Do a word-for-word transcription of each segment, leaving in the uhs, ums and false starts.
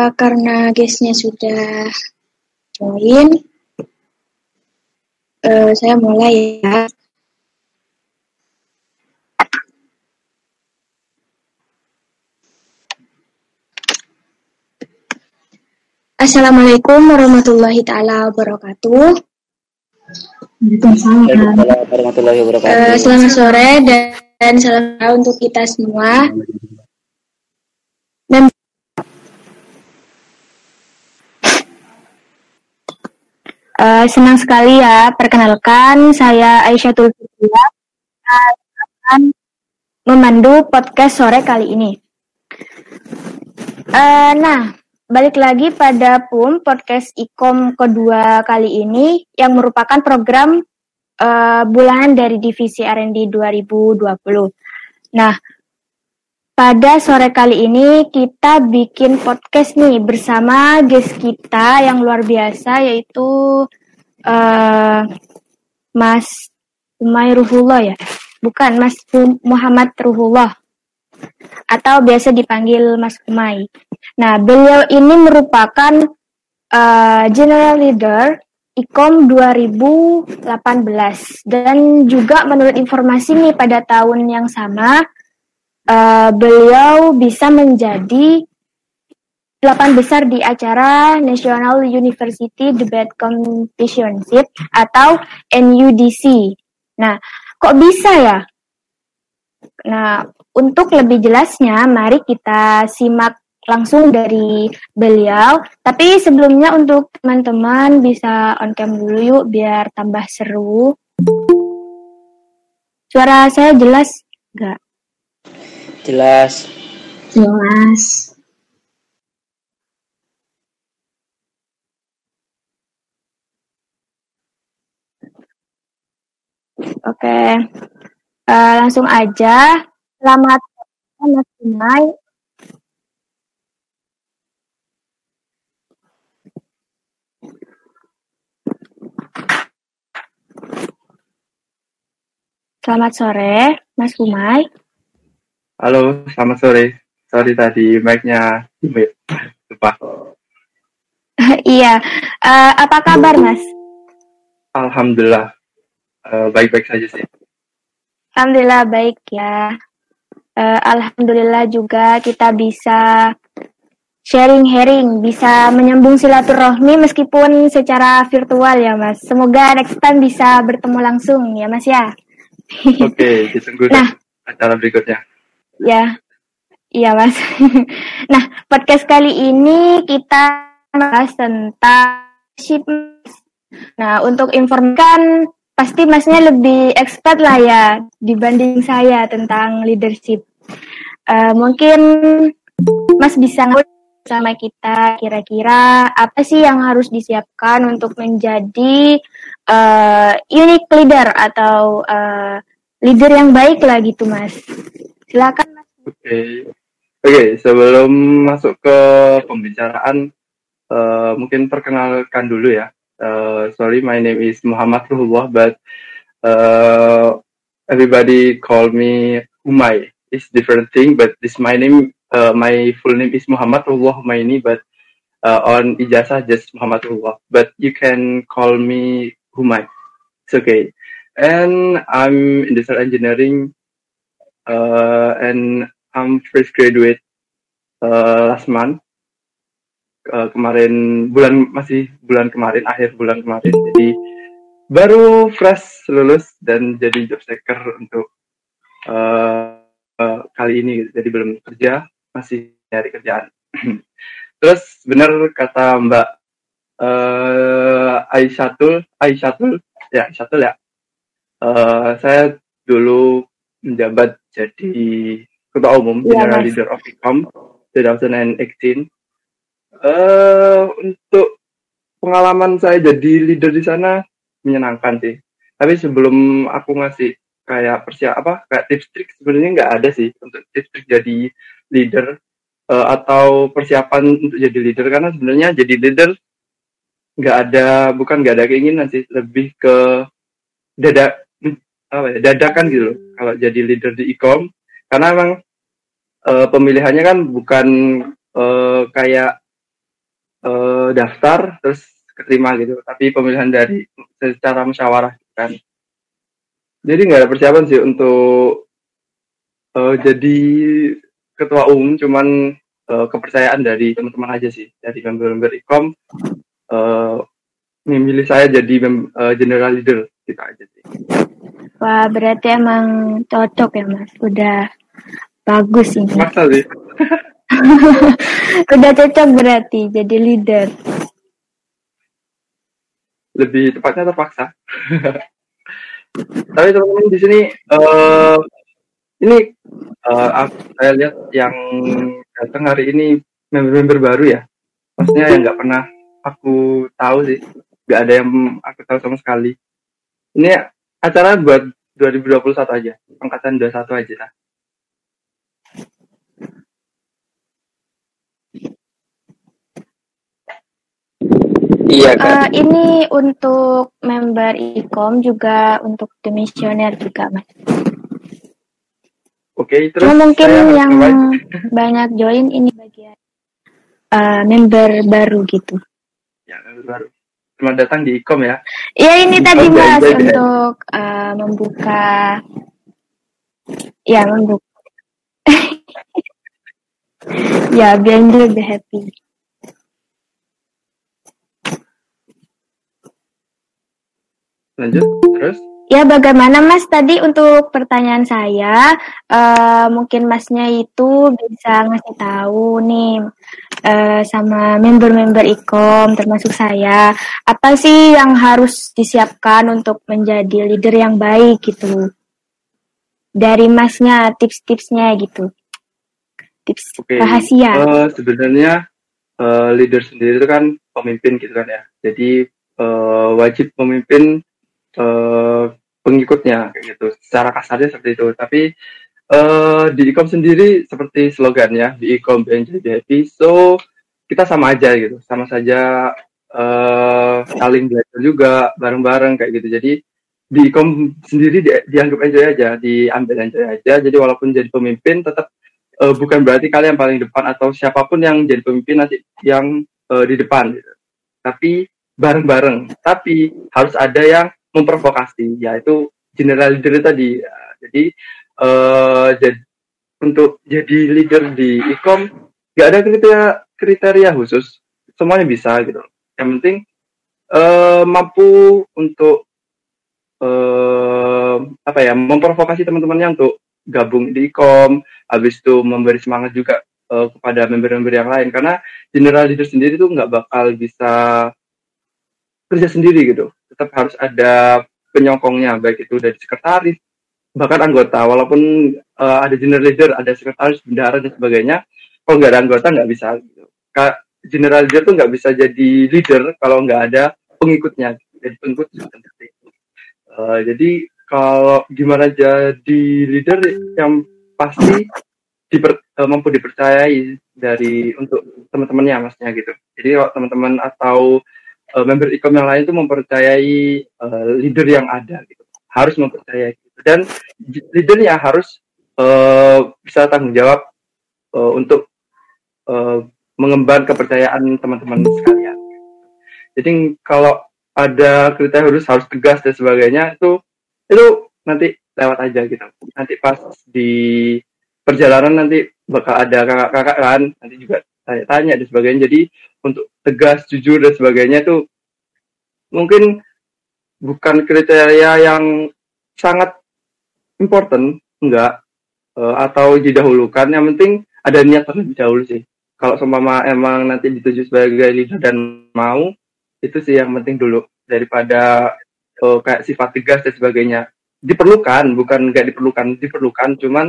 karena guestnya sudah join, uh, saya mulai ya. Assalamualaikum warahmatullahi taala wabarakatuh. Waalaikumsalam warahmatullahi wabarakatuh. Uh, selamat sore dan, dan salam untuk kita semua. Dan uh, senang sekali ya, perkenalkan saya Aisyatul Fitriah akan memandu podcast sore kali ini. Uh, nah, balik lagi pada P U M podcast Ikom kedua kali ini yang merupakan program uh, bulanan dari Divisi R and D dua ribu dua puluh. Nah, pada sore kali ini kita bikin podcast nih bersama guest kita yang luar biasa yaitu uh, Mas Umay Ruhullah ya, bukan Mas Muhammad Ruhullah atau biasa dipanggil Mas Umay. Nah, beliau ini merupakan uh, General Leader Ikom dua ribu delapan belas dan juga menurut informasi nih pada tahun yang sama uh, beliau bisa menjadi delapan besar di acara National University Debate Competitionship atau N U D C. Nah, kok bisa ya? Nah, untuk lebih jelasnya mari kita simak langsung dari beliau. Tapi sebelumnya untuk teman-teman bisa on cam dulu yuk biar tambah seru. Suara saya jelas nggak? Jelas. Jelas. Oke, uh, langsung aja. Selamat Mas Umay. Selamat sore, Mas Umay. Halo, selamat sore. Sorry tadi mic-nya mute. Lupa. Iya, uh, apa kabar Mas? Alhamdulillah, uh, baik-baik saja sih. Alhamdulillah baik ya. Uh, Alhamdulillah juga kita bisa sharing-sharing, bisa menyambung silaturahmi meskipun secara virtual ya Mas. Semoga next time bisa bertemu langsung ya Mas ya. Oke, ditunggu nah, acara berikutnya. Ya, iya Mas. Nah, podcast kali ini kita bahas tentang leadership. Nah, untuk informasikan, pasti Masnya lebih expert lah ya dibanding saya tentang leadership. Uh, mungkin Mas bisa ngomong sama kita kira-kira apa sih yang harus disiapkan untuk menjadi uh, unique leader atau uh, leader yang baik lah gitu Mas. Silakan Mas. Oke, okay. Oke okay, sebelum masuk ke pembicaraan uh, mungkin perkenalkan dulu ya. Uh, sorry, my name is Muhammad Ruhullah, but uh, everybody call me Umay. It's different thing, but this my name. Uh, my full name is Muhammad Ruhullah Humaini, but uh, on ijazah just Muhammad Ruhullah. But you can call me Humay. It's okay. And I'm industrial engineering, uh, and I'm fresh graduate uh, last month. Uh, kemarin bulan masih bulan kemarin akhir bulan kemarin. Jadi baru fresh lulus dan jadi job seeker untuk uh, uh, kali ini. Jadi belum kerja. Masih nyari kerjaan. Terus benar kata Mbak uh, Aisyatul, Aisyatul, ya Aisyatul ya. Uh, saya dulu menjabat jadi ketua umum ya, General Leader of Ikom dua ribu delapan belas. Uh, untuk pengalaman saya jadi leader di sana menyenangkan sih. Tapi sebelum aku ngasih kayak persiap apa kayak tips trik sebenarnya nggak ada sih untuk tips trik jadi leader uh, atau persiapan untuk jadi leader, karena sebenarnya jadi leader nggak ada bukan nggak ada keinginan sih, lebih ke dada apa ya dadakan gitu loh kalau jadi leader di Ikom, karena emang uh, pemilihannya kan bukan uh, kayak uh, daftar terus keterima gitu, tapi pemilihan dari secara musyawarah kan. Jadi nggak ada persiapan sih untuk uh, jadi ketua umum, cuman uh, kepercayaan dari teman-teman aja sih, dari member-member ikom uh, memilih saya jadi mem- uh, general leader kita aja sih. Wah, berarti emang cocok ya Mas, udah bagus ini. Maksa sih. Udah cocok berarti jadi leader. Lebih tepatnya terpaksa. Tapi teman-teman di sini uh, ini uh, aku, saya lihat yang datang hari ini member-member baru ya. Maksudnya yang nggak pernah aku tahu sih, nggak ada yang aku tahu sama sekali. Ini acara buat dua ribu dua puluh satu aja, angkatan dua puluh satu aja lah. Iya kan. Uh, ini untuk member ikom juga untuk demisioner juga Mas. Oke, terus Cuma mungkin yang ngapain? banyak join ini bagian uh, member baru gitu. Ya, member baru. Cuma datang di ikom ya. Ya ini Ikom tadi Mas jadi, untuk uh, membuka, ya membuka. Ya biar lebih happy. Lanjut, terus? Ya bagaimana Mas tadi untuk pertanyaan saya, uh, mungkin Masnya itu bisa ngasih tahu nih uh, sama member-member ikom termasuk saya, apa sih yang harus disiapkan untuk menjadi leader yang baik gitu. Dari Masnya tips-tipsnya gitu. Tips Oke, rahasia. uh, sebenarnya uh, leader sendiri itu kan pemimpin gitu kan ya. Jadi uh, wajib memimpin uh, pengikutnya kayak gitu. Secara kasarnya seperti itu. Tapi uh, di ikom sendiri seperti slogannya, di ikom be enjoy be happy. So kita sama aja gitu, sama saja uh, saling belajar juga bareng-bareng kayak gitu. Jadi di ikom sendiri di, dianggap enjoy aja, diambil enjoy aja. Jadi walaupun jadi pemimpin tetap uh, bukan berarti kalian paling depan atau siapapun yang jadi pemimpin nanti yang uh, di depan gitu. Tapi bareng-bareng. Tapi harus ada yang memprovokasi, yaitu general leader tadi. Jadi uh, jadi untuk jadi leader di ikom nggak ada kriteria kriteria khusus, semuanya bisa gitu. Yang penting uh, mampu untuk uh, apa ya, memprovokasi teman-temannya untuk gabung di ikom, habis itu memberi semangat juga uh, kepada member-member yang lain, karena general leader sendiri tuh nggak bakal bisa kerja sendiri gitu, tetap harus ada penyokongnya, baik itu dari sekretaris bahkan anggota. Walaupun uh, ada general leader, ada sekretaris, bendahara dan sebagainya, kalau nggak ada anggota nggak bisa gitu. Kak, general leader tuh nggak bisa jadi leader kalau nggak ada pengikutnya. Jadi pengikut penting. Uh, jadi kalau gimana jadi leader yang pasti diper, uh, mampu dipercayai dari untuk teman-temannya maksudnya gitu. Jadi kalau teman-teman atau uh, member ikom yang lain itu mempercayai uh, leader yang ada gitu, harus mempercayai gitu. Dan leadernya harus uh, bisa tanggung jawab uh, untuk uh, mengemban kepercayaan teman-teman sekalian. Jadi kalau ada kriteria harus harus tegas dan sebagainya, itu itu nanti lewat aja gitu. Nanti pas di perjalanan nanti bakal ada kakak-kakak kan, nanti juga tanya-tanya dan sebagainya. Jadi untuk tegas, jujur dan sebagainya itu mungkin bukan kriteria yang sangat important, enggak, uh, atau didahulukan. Yang penting ada niat terlebih dahulu sih. Kalau seumpama emang nanti dituju sebagai leader dan mau, itu sih yang penting dulu, daripada uh, kayak sifat tegas dan sebagainya. Diperlukan, bukan enggak diperlukan, diperlukan, cuman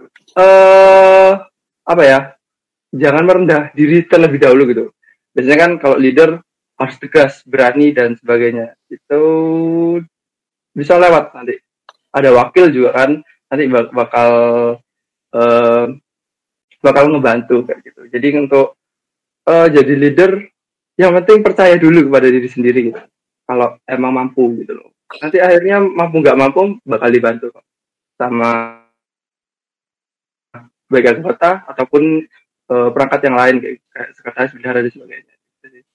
uh, apa ya, jangan merendah diri terlebih dahulu gitu. Biasanya kan kalau leader harus tegas, berani dan sebagainya. Itu bisa lewat nanti. Ada wakil juga kan, nanti bakal uh, bakal ngebantu kayak gitu. Jadi untuk uh, jadi leader, yang penting percaya dulu kepada diri sendiri gitu. Kalau emang mampu gitu loh. Nanti akhirnya mampu nggak mampu bakal dibantu kok sama baik anggota ataupun uh, perangkat yang lain kayak sekretaris, bendahara dan sebagainya.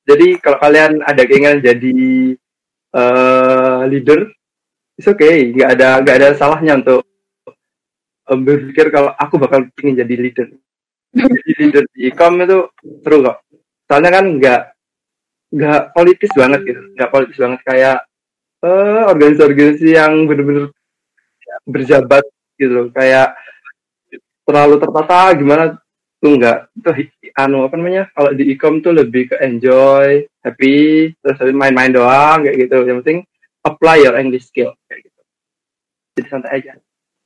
Jadi kalau kalian ada keinginan jadi uh, leader, it's okay, nggak ada nggak ada salahnya untuk um, berpikir kalau aku bakal ingin jadi leader. Jadi leader di ikom itu seru kok. Soalnya kan nggak nggak politis banget gitu, nggak politis banget kayak uh, organisasi-organisasi yang bener-bener berjabat gitu, kayak terlalu tertata gimana tuh enggak. Itu anu apa namanya, kalau di ikom tuh lebih ke enjoy, happy, terus main-main doang kayak gitu. Yang penting apply your English skill kayak gitu. Jadi santai aja.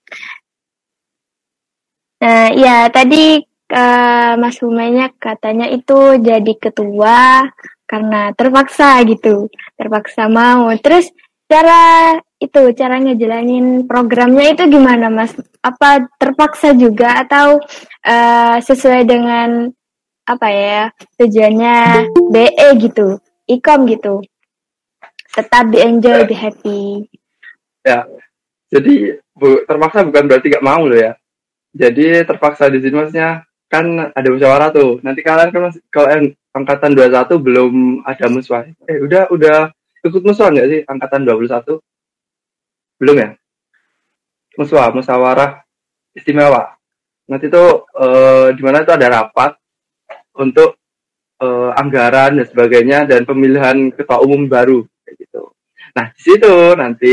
Nah, ya tadi uh, Mas Humaynya katanya itu jadi ketua karena terpaksa gitu, terpaksa mau. Terus cara itu cara ngejalanin programnya itu gimana, Mas? Apa terpaksa juga atau uh, sesuai dengan apa ya tujuannya B E gitu, ikom gitu? Tetap be enjoy, be happy. Ya, jadi bu, terpaksa bukan berarti gak mau loh ya. Jadi terpaksa di sini maksudnya kan ada musyawarah tuh. Nanti kalian kan kalau angkatan dua puluh satu belum ada musyawarah. Eh udah udah ikut musyawarah nggak sih angkatan dua puluh satu? Belum ya? Musyawarah, musyawarah istimewa. Nanti tuh eh, di mana itu ada rapat untuk eh, anggaran dan sebagainya dan pemilihan ketua umum baru kayak gitu. Nah di situ nanti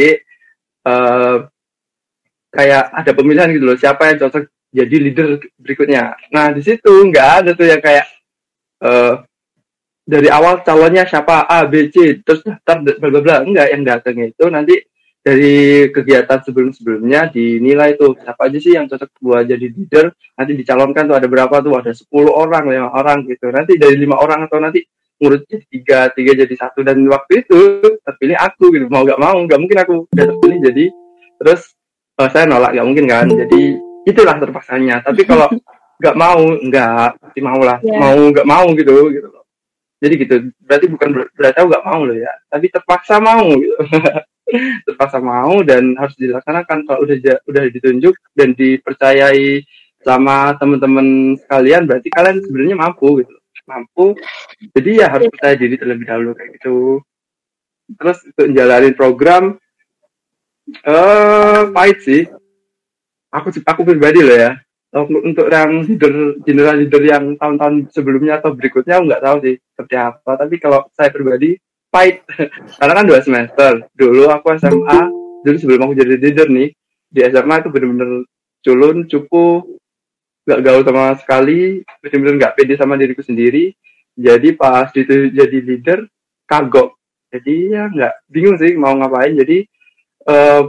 eh, kayak ada pemilihan gitu loh, siapa yang cocok jadi leader berikutnya. Nah di situ nggak ada tuh yang kayak uh, dari awal calonnya siapa A B C terus daftar bla bla bla, enggak. Yang datangnya itu nanti dari kegiatan sebelum-sebelumnya dinilai tuh siapa aja sih yang cocok buat jadi leader, nanti dicalonkan tuh ada berapa tuh, ada sepuluh orang, lima orang gitu. Nanti dari lima orang atau nanti ngurut jadi tiga, tiga jadi satu, dan waktu itu terpilih aku gitu. Mau gak mau, gak mungkin aku udah terpilih jadi terus uh, saya nolak, gak mungkin kan. Jadi itulah terpaksanya. Tapi kalau gak mau, enggak, pasti mau lah. Yeah. Mau gak mau gitu gitu loh. Jadi gitu, berarti bukan ber- berarti aku gak mau loh ya, tapi terpaksa mau gitu. Terpaksa mau dan harus dilaksanakan. Kalau udah udah ditunjuk dan dipercayai sama teman-teman sekalian, berarti kalian sebenarnya mampu gitu, mampu. Jadi ya harus percaya diri terlebih dahulu kayak gitu. Terus untuk jalanin program, eh uh, pahit sih. Aku aku pribadi loh ya. Untuk yang leader, general leader yang tahun-tahun sebelumnya atau berikutnya aku nggak tahu sih seperti apa. Tapi kalau saya pribadi pahit. Karena kan dua semester. Dulu aku S M A, dulu sebelum aku jadi leader nih, di S M A itu bener-bener culun, cupu, nggak gaul sama sekali, bener-bener nggak pede sama diriku sendiri. Jadi pas itu jadi leader, kagok. Jadi ya nggak bingung sih mau ngapain. Jadi uh,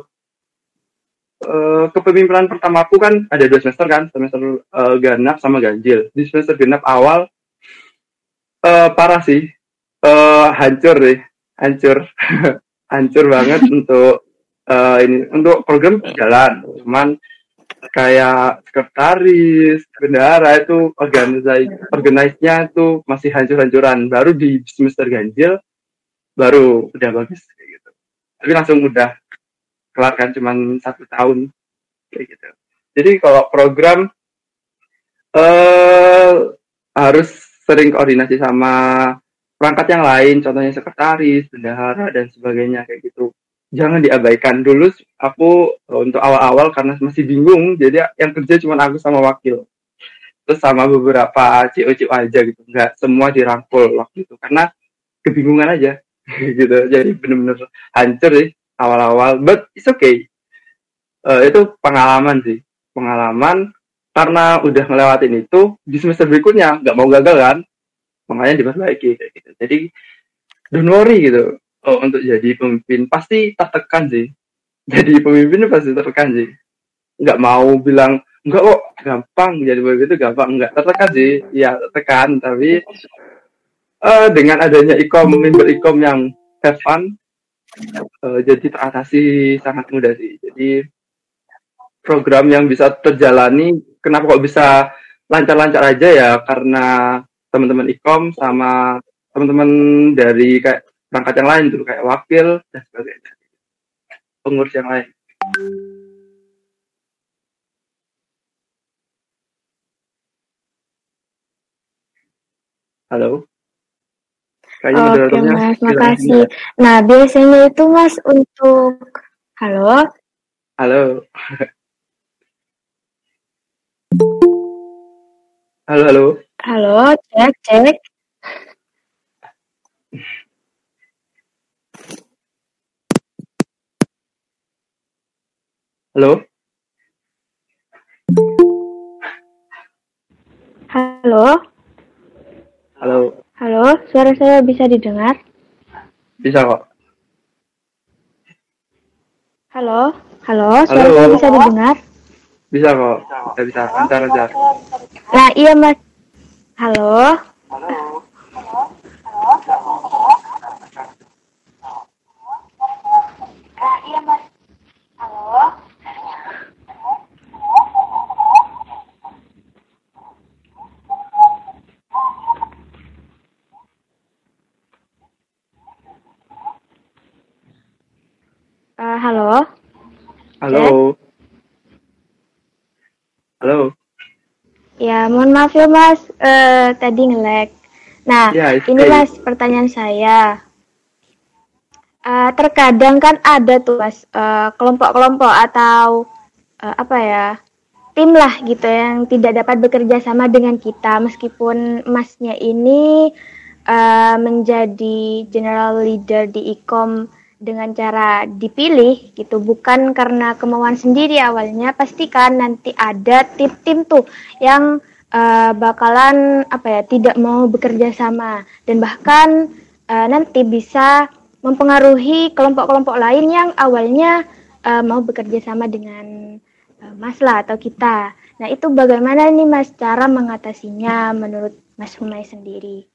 uh, kepemimpinan pertamaku kan ada dua semester kan, semester uh, genap sama ganjil. Di semester genap awal uh, parah sih, uh, hancur deh, hancur, hancur banget untuk uh, ini untuk program jalan. Cuman kayak sekretaris, bendahara itu organisasi organisasinya itu masih hancur-hancuran. Baru di semester ganjil baru udah bagus kayak gitu. Tapi langsung udah kelar kan, cuman satu tahun kayak gitu. Jadi kalau program eh harus sering koordinasi sama perangkat yang lain, contohnya sekretaris, bendahara dan sebagainya kayak gitu. Jangan diabaikan. Dulu aku untuk awal-awal karena masih bingung, jadi yang kerja cuma aku sama wakil. Terus sama beberapa C O C O aja gitu. Enggak semua dirangkul waktu itu karena kebingungan aja gitu. Jadi benar-benar hancur sih awal-awal, but it's okay. Uh, itu pengalaman sih, pengalaman karena udah ngelewatin itu di semester berikutnya nggak mau gagal kan, makanya diperbaiki kayak gitu. Jadi don't worry gitu. Oh, untuk jadi pemimpin pasti tertekan sih. Jadi pemimpin pasti tertekan sih. Nggak mau bilang enggak kok gampang jadi pemimpin itu gampang, enggak, tertekan sih. Ya tertekan, tapi uh, dengan adanya ikom, member ikom yang have fun, uh, jadi teratasi sangat mudah sih. Jadi program yang bisa terjalani, kenapa kok bisa lancar-lancar aja ya, karena teman-teman ikom sama teman-teman dari kayak perangkat yang lain tuh, kayak wakil dan sebagainya, pengurus yang lain. Halo, Kayaknya Oke moderatornya Mas, tidak makasih. mendengar. Nah, biasanya itu Mas untuk halo, Halo, halo, halo, halo, cek, cek. halo, Halo, halo. halo, suara saya bisa didengar? Bisa kok. Halo, halo, suara saya Halo, bisa didengar? bisa kok. Bisa, bisa. Lancar, lancar. Nah, iya Mas. Halo, uh, halo, cek. Halo, halo. Ya, mohon maaf ya Mas, uh, tadi nge-lag. Nah, Ya, it's ini okay. Mas pertanyaan saya. Uh, terkadang kan ada tuh Mas uh, kelompok-kelompok atau uh, apa ya, tim lah gitu yang tidak dapat bekerja sama dengan kita meskipun Masnya ini uh, menjadi general leader di ikom dengan cara dipilih gitu, bukan karena kemauan sendiri awalnya. Pastikan nanti ada tim-tim tuh yang uh, bakalan apa ya, tidak mau bekerja sama dan bahkan uh, nanti bisa mempengaruhi kelompok-kelompok lain yang awalnya uh, mau bekerja sama dengan uh, Mas lah atau kita. Nah, itu bagaimana nih Mas cara mengatasinya menurut Mas Humay sendiri?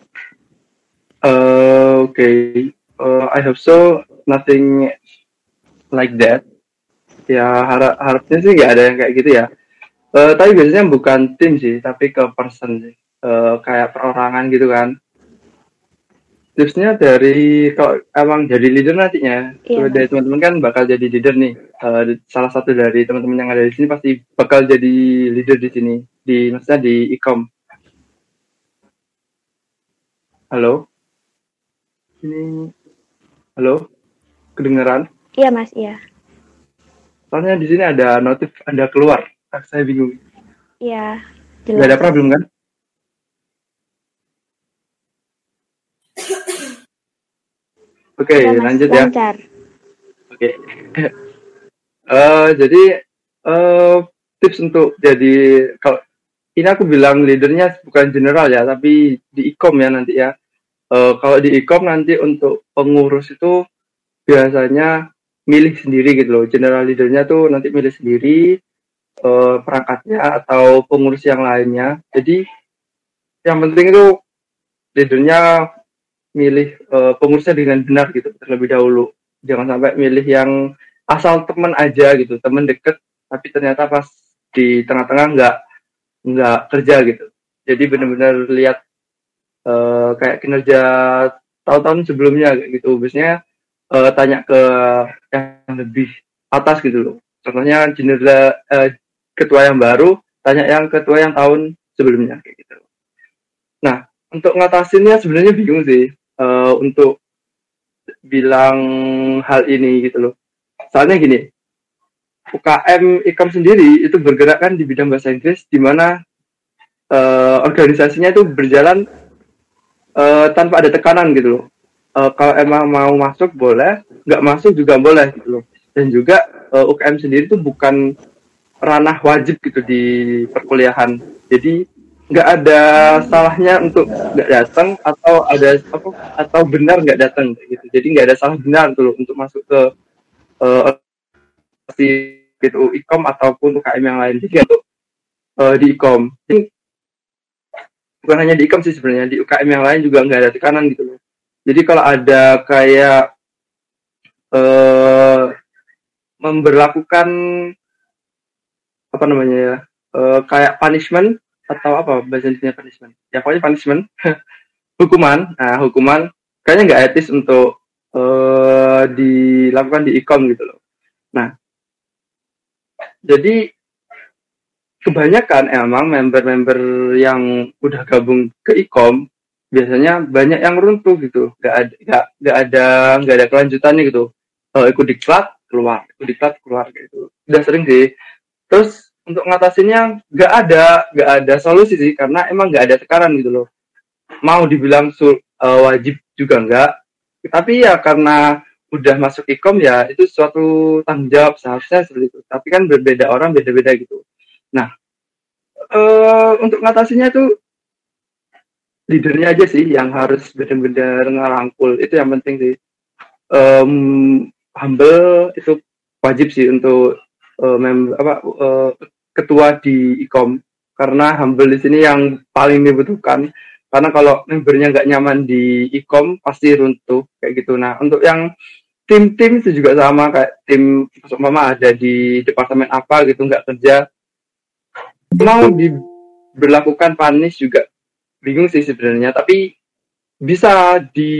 Uh, okay. Uh, I hope so. Nothing like that. Ya, harap harapnya sih nggak ada yang kayak gitu ya. Uh, tapi biasanya bukan tim sih, tapi ke person sih. Uh, kayak perorangan gitu kan. Tipsnya dari kalau emang jadi leader nantinya, Iya, dari Mas. teman-teman kan bakal jadi leader nih. Uh, salah satu dari teman-teman yang ada di sini pasti bakal jadi leader di sini, di maksudnya di ikom. Halo, ini, halo, kedengeran? Iya, Mas, iya. Soalnya di sini ada notif Anda keluar, ah, saya bingung. Iya, Gak ada jelas. problem kan? Oke, okay, Iya, Mas, lanjut ya. lancar. Oke. Okay. uh, jadi uh, tips untuk jadi kalau ini aku bilang leadernya bukan general ya, tapi di ikom ya nanti ya. Uh, kalau di ikom nanti untuk pengurus itu biasanya milih sendiri gitu loh. General leadernya tuh nanti milih sendiri uh, perangkatnya atau pengurus yang lainnya. Jadi yang penting itu leadernya milih uh, pengurusnya dengan benar gitu terlebih dahulu. Jangan sampai milih yang asal teman aja gitu, teman deket tapi ternyata pas di tengah-tengah nggak nggak kerja gitu. Jadi benar-benar lihat uh, kayak kinerja tahun-tahun sebelumnya gitu. Biasanya uh, tanya ke yang lebih atas gitu loh. Contohnya general uh, ketua yang baru tanya yang ketua yang tahun sebelumnya kayak gitu. Nah, untuk ngatasinnya sebenarnya bingung sih uh, untuk bilang hal ini gitu loh. Soalnya gini, U K M ikom sendiri itu bergerak kan di bidang bahasa Inggris di mana uh, organisasinya itu berjalan uh, tanpa ada tekanan gitu loh. Uh, kalau emang mau masuk boleh, nggak masuk juga boleh gitu loh. Dan juga uh, U K M sendiri itu bukan ranah wajib gitu di perkuliahan. Jadi nggak ada salahnya untuk nggak datang atau ada apa atau benar nggak datang gitu. Jadi nggak ada salah benar tuh untuk masuk ke uh, gitu ikom ataupun U K M yang lain. Jadi untuk uh, di ikom bukan hanya di ikom sih sebenarnya, di U K M yang lain juga nggak ada tekanan gitu loh. Jadi kalau ada kayak uh, memberlakukan apa namanya ya uh, kayak punishment atau apa bahasa Indonesia punishment ya pokoknya punishment hukuman nah hukuman kayaknya nggak etis untuk uh, dilakukan di ikom gitu loh. Nah jadi kebanyakan emang member-member yang udah gabung ke ikom biasanya banyak yang runtuh gitu, nggak ada nggak nggak ada nggak ada kelanjutannya gitu. Uh, ikut diklat keluar, ikut diklat keluar gitu. Udah sering sih. Terus untuk ngatasinnya nggak ada nggak ada solusi sih, karena emang nggak ada tekanan gitu loh. Mau dibilang sul, uh, wajib juga enggak, tapi ya karena udah masuk ikom ya itu suatu tanggung jawab seharusnya seperti itu. Tapi kan berbeda orang beda-beda gitu. Nah, uh, untuk ngatasinya itu leadernya aja sih yang harus benar-benar ngerangkul, itu yang penting sih. Um, humble itu wajib sih untuk uh, mem apa uh, ketua di ikom, karena humble di sini yang paling dibutuhkan. Karena kalau membernya nggak nyaman di ikom pasti runtuh kayak gitu. Nah, untuk yang tim-tim itu juga sama, kayak tim mama ada di departemen apa gitu nggak kerja, mau diberlakukan punish juga bingung sih sebenarnya, tapi bisa di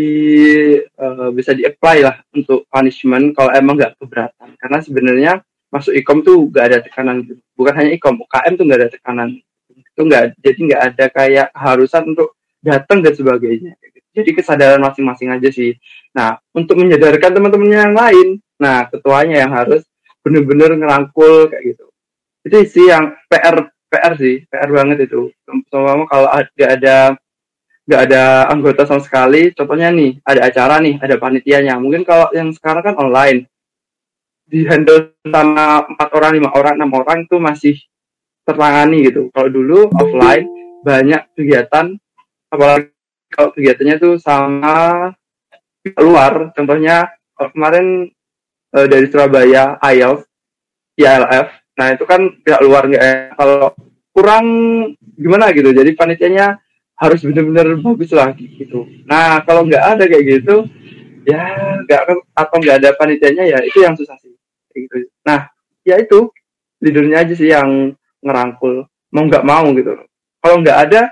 uh, bisa di apply lah untuk punishment kalau emang nggak keberatan. Karena sebenarnya masuk ikom tuh nggak ada tekanan gitu. Bukan hanya ikom, U K M tuh nggak ada tekanan. Itu nggak, jadi nggak ada kayak harusan untuk datang dan sebagainya. Jadi kesadaran masing-masing aja sih. Nah, untuk menyadarkan teman-temannya yang lain, nah ketuanya yang harus benar-benar ngerangkul kayak gitu. Itu sih yang P R P R sih, P R banget itu. Terutama kalau nggak ada nggak ada anggota sama sekali. Contohnya nih, ada acara nih, ada panitianya. Mungkin kalau yang sekarang kan online, di handle sama empat orang, lima orang, enam orang itu masih tertangani gitu. Kalau dulu offline banyak kegiatan, apalagi kalau kegiatannya tuh sama luar. Contohnya kemarin e, dari Surabaya I E L T S, I L F. Nah itu kan pihak luar nggak ya. Kalau kurang gimana gitu. Jadi panitianya harus benar-benar bagus lagi gitu. Nah kalau nggak ada kayak gitu, ya nggak atau nggak ada panitianya ya itu yang susah sih. Kayak gitu. Nah ya itu leadernya aja sih yang ngerangkul, mau nggak mau gitu. Kalau nggak ada,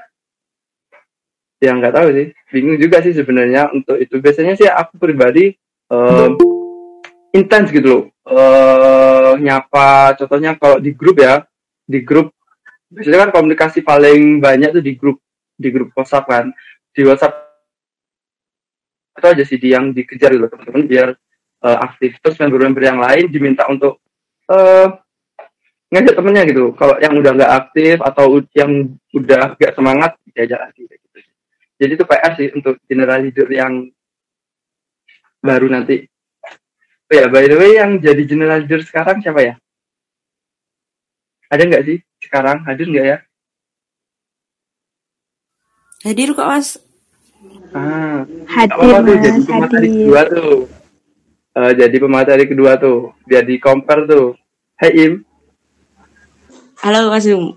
ya nggak tahu sih, bingung juga sih sebenarnya untuk itu. Biasanya sih aku pribadi um, intens gitu loh, uh, nyapa. Contohnya kalau di grup ya, di grup biasanya kan komunikasi paling banyak tuh di grup, di grup WhatsApp kan. Di WhatsApp itu aja sih yang dikejar gitu teman-teman biar uh, aktif. Terus member-member yang lain diminta untuk uh, ngajak temennya gitu. Kalau yang udah nggak aktif atau yang udah nggak semangat, diajak lagi gitu. Jadi itu P R sih untuk general leader yang baru nanti. Oh ya, by the way, yang jadi general leader sekarang siapa ya? Ada nggak sih sekarang? Hadir nggak ya? Hadir kok, Mas. Ah, hadir apa Mas, tuh jadi pemateri kedua tuh. Uh, jadi pemateri kedua tuh, biar di compare tuh. Hai Im. Halo Mas Im.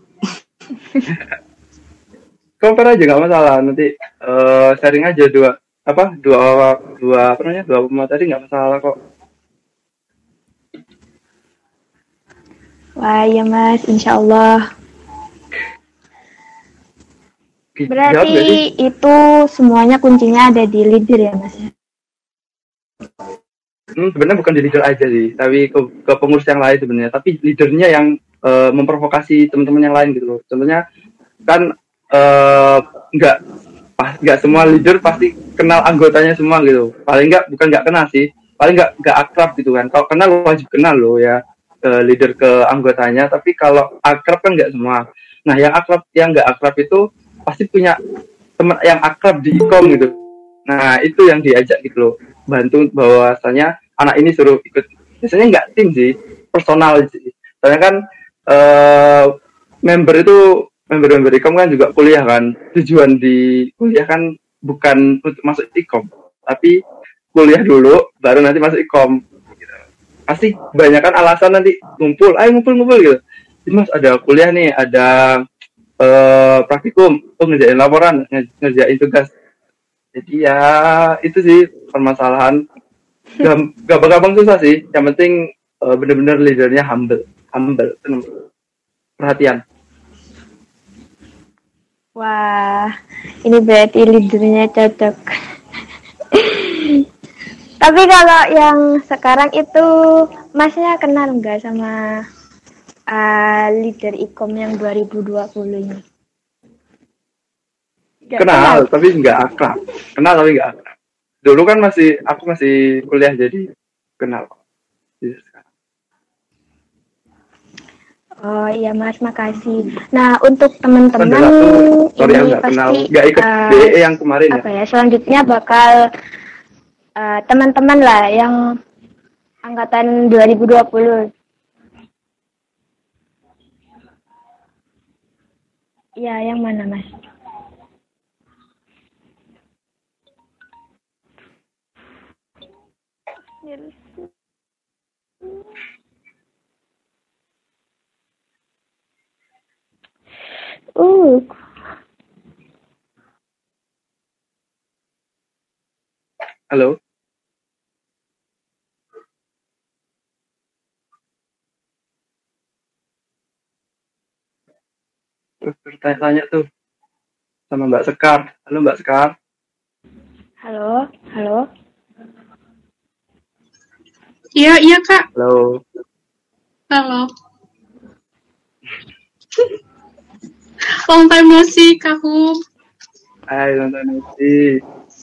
Compare aja nggak masalah, nanti uh, sharing aja dua apa dua dua apa namanya dua pemateri nggak masalah kok. Wah ya Mas, insya Allah. Berarti itu semuanya kuncinya ada di leader ya Mas? Hmm, sebenarnya bukan di leader aja sih, tapi ke, ke pengurus yang lain sebenarnya. Tapi leadernya yang uh, memprovokasi teman-teman yang lain gitu loh. Contohnya kan uh, nggak pas nggak semua leader pasti kenal anggotanya semua gitu. Paling nggak bukan nggak kenal sih, paling nggak nggak akrab gitu kan. Kalau kenal wajib kenal loh ya ke leader ke anggotanya. Tapi kalau akrab kan nggak semua. Nah yang akrab yang nggak akrab itu pasti punya teman yang akrab di ikom gitu. Nah itu yang diajak gitu loh, bantu bahwasanya anak ini suruh ikut. Biasanya nggak tim sih, personal sih. Soalnya kan uh, member itu member-member ikom kan juga kuliah kan. Tujuan di kuliah kan bukan untuk masuk ikom, tapi kuliah dulu baru nanti masuk ikom. Gitu. Pasti banyak kan alasan nanti ngumpul, ayo ngumpul-ngumpul gitu. Mas ada kuliah nih, ada uh, praktikum, oh ngerjain laporan, ngerjain tugas. Jadi ya itu sih permasalahan. Gampang-gampang susah sih. Yang penting uh, benar-benar leadernya humble, humble, perhatian. Wah, ini berarti leadernya cocok. Tapi kalau yang sekarang itu, Masnya kenal nggak sama uh, leader ikom yang dua ribu dua puluh ini? Gak kenal, kenal. tapi nggak akrab. Kenal tapi nggak akrab. Dulu kan masih aku masih kuliah jadi kenal. Jadi sekarang. Oh iya Mas, makasih. Nah untuk teman-teman Pada satu, sorry ini yang nggak kenal, pasti nggak ikut uh, D E yang kemarin ya. apa ya selanjutnya bakal uh, teman-teman lah yang angkatan dua ribu dua puluh. Ya, yang mana Mas? Uh. Halo. Terus bertanya-tanya tuh sama Mbak Sekar. Halo Mbak Sekar. Halo, halo. Iya, iya Kak. Halo. Halo. Long time no see, Kak Hum. Hai, nonton sih.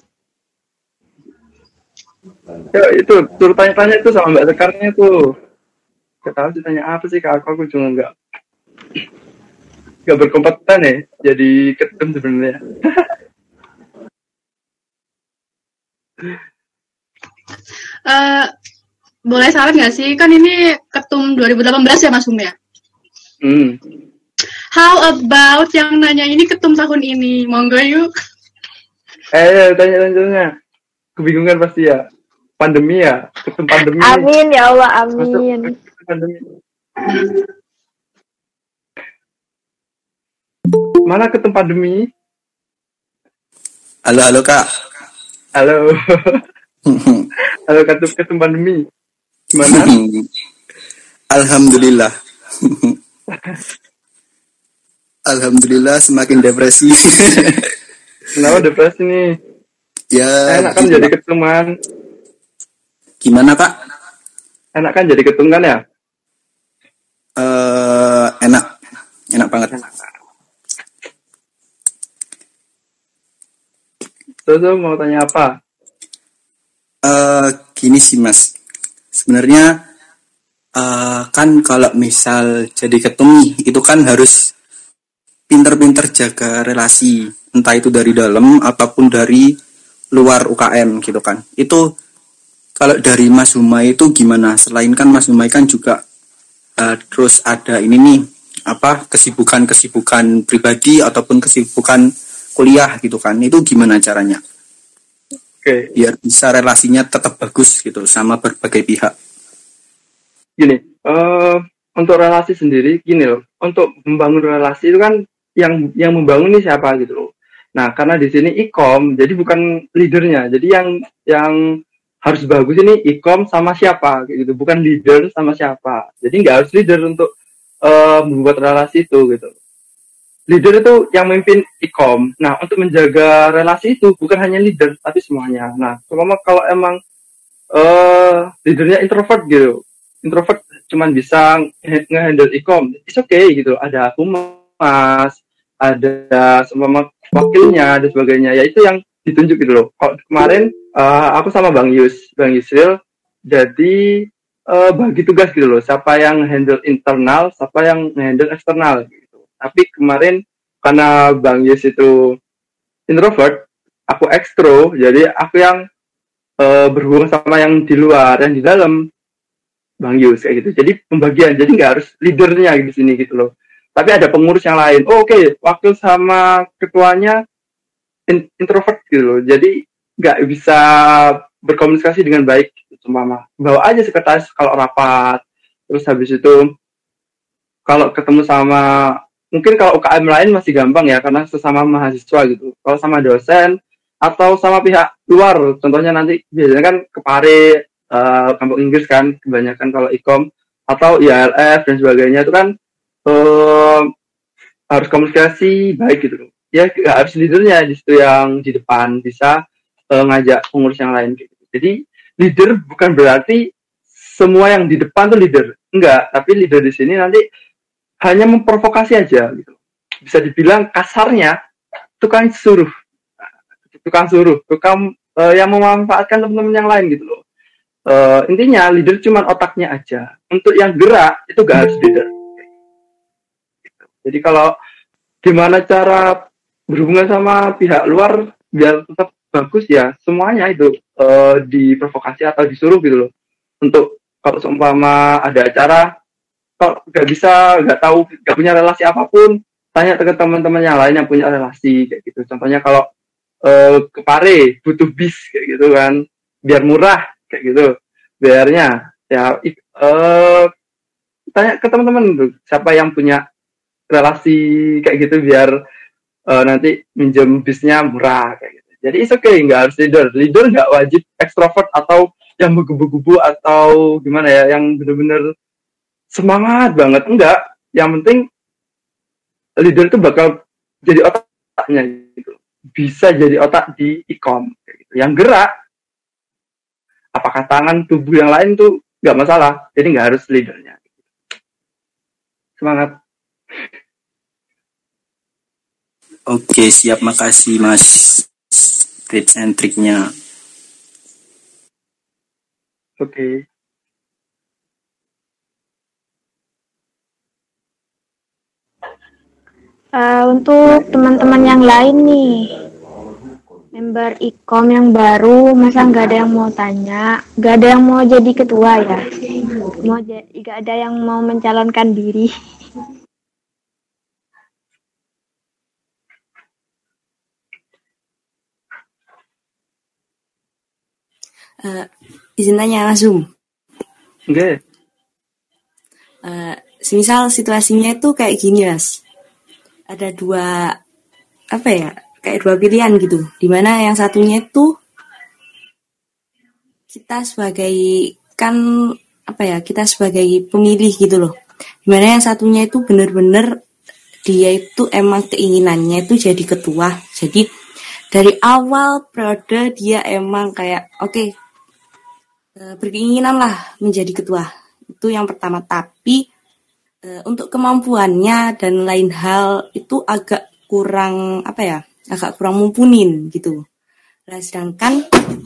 Ya itu, suruh tanya-tanya tuh sama Mbak Sekarnya tuh. Gak tahu sih tanya apa sih Kak aku, aku cuma nggak nggak berkompeten ya, jadi ketum sebenarnya. uh, boleh saran nggak sih? Kan ini ketum dua ribu delapan belas ya Mas Hum ya? Hmm. How about yang nanya ini ketum tahun ini? Monggo yuk. Eh, tanya-tanya. Kebingungan pasti ya. Pandemi ya, ketum pandemi. Amin ya Allah, amin. Masuk pandemi. Mana ketum pandemi? Halo, halo Kak. Halo. Halo ketum ketum pandemi. Gimana? Alhamdulillah. Alhamdulillah semakin depresi. Kenapa depresi nih? Ya. Enak kan jadi ketuman. Gimana Kak? Enak kan jadi ketum kan ya? Uh, enak, enak banget. Terus mau tanya apa? Uh, gini sih Mas. Sebenarnya uh, kan kalau misal jadi ketum itu kan harus pinter-pinter jaga relasi, entah itu dari dalam ataupun dari luar U K M gitu kan. Itu kalau dari Mas Humay itu gimana? Selain kan Mas Humay kan juga uh, terus ada ini nih apa kesibukan-kesibukan pribadi ataupun kesibukan kuliah gitu kan. Itu gimana caranya? Oke. Okay. Biar bisa relasinya tetap bagus gitu sama berbagai pihak. Gini, uh, untuk relasi sendiri gini loh. Untuk membangun relasi itu kan yang yang membangun ini siapa gitu loh. Nah, karena di sini ikom, jadi bukan leadernya. Jadi yang yang harus bagus ini ikom sama siapa gitu, bukan leader sama siapa. Jadi nggak harus leader untuk uh, membuat relasi itu gitu. Leader itu yang memimpin ikom. Nah, untuk menjaga relasi itu bukan hanya leader tapi semuanya. Nah, terutama kalau emang uh, leadernya introvert gitu, introvert cuman bisa nge-handle ikom, it's okay gitu. Ada humas, ada semua wakilnya dan sebagainya. Ya itu yang ditunjuk gitu loh. Kalau kemarin uh, aku sama Bang Yus, Bang Yusril, jadi uh, bagi tugas gitu loh. Siapa yang handle internal, siapa yang handle eksternal gitu. Tapi kemarin karena Bang Yus itu introvert, aku ekstro, jadi aku yang uh, berhubungan sama yang di luar, yang di dalam Bang Yus kayak gitu. Jadi pembagian, jadi nggak harus leadernya di sini gitu loh. Tapi ada pengurus yang lain. Oh, oke, okay. Wakil sama ketuanya introvert gitu loh, jadi nggak bisa berkomunikasi dengan baik. Cuma bawa aja sekretaris kalau rapat. Terus habis itu kalau ketemu sama, mungkin kalau U K M lain masih gampang ya karena sesama mahasiswa gitu. Kalau sama dosen atau sama pihak luar, contohnya nanti biasanya kan Kepare, uh, kampung Inggris kan kebanyakan kalau ikom atau I A L F dan sebagainya itu kan uh, harus komunikasi baik gitu loh. Ya nggak harus leadernya di situ yang di depan bisa uh, ngajak pengurus yang lain gitu. Jadi leader bukan berarti semua yang di depan tuh leader, enggak. Tapi leader di sini nanti hanya memprovokasi aja gitu. Bisa dibilang kasarnya tukang suruh, tukang suruh, tukang uh, yang memanfaatkan teman-teman yang lain gitu loh. Uh, intinya leader cuma otaknya aja. Untuk yang gerak itu gak harus leader. Jadi kalau gimana cara berhubungan sama pihak luar biar tetap bagus ya, semuanya itu uh, diprovokasi atau disuruh gitu loh. Untuk kalau seumpama ada acara, kalau nggak bisa, nggak tahu, nggak punya relasi apapun, tanya ke teman-teman yang lain yang punya relasi kayak gitu. Contohnya kalau uh, ke Pare butuh bis kayak gitu kan, biar murah kayak gitu, biarnya ya uh, tanya ke teman-teman tuh siapa yang punya relasi kayak gitu biar uh, nanti minjem bisnya murah kayak gitu. Jadi it's okay, nggak harus leader. Leader nggak wajib ekstrovert atau yang menggebu-gebu atau gimana ya, yang bener-bener semangat banget, enggak. Yang penting leader itu bakal jadi otaknya gitu. Bisa jadi otak di ikom kayak gitu. Yang gerak, apakah tangan, tubuh yang lain tuh nggak masalah. Jadi nggak harus leadernya. Semangat. Oke, siap, makasih Mas. Tips and triknya. Oke. Uh, untuk teman-teman yang lain nih, member ikom yang baru, masa nggak ada yang mau tanya, nggak ada yang mau jadi ketua ya, mau nggak ada yang mau mencalonkan diri. Uh, izin tanya langsung. Oke. Okay. Uh, semisal situasinya itu kayak gini, Mas. Ada dua, apa ya, kayak dua pilihan gitu. Dimana yang satunya itu kita sebagai, kan, apa ya, kita sebagai pemilih gitu loh. Dimana yang satunya itu benar-benar dia itu emang keinginannya itu jadi ketua. Jadi dari awal periode dia emang kayak, oke, okay, berkeinginan lah menjadi ketua. Itu yang pertama. Tapi e, untuk kemampuannya dan lain hal itu agak kurang, apa ya, agak kurang mumpunin gitu. Nah, sedangkan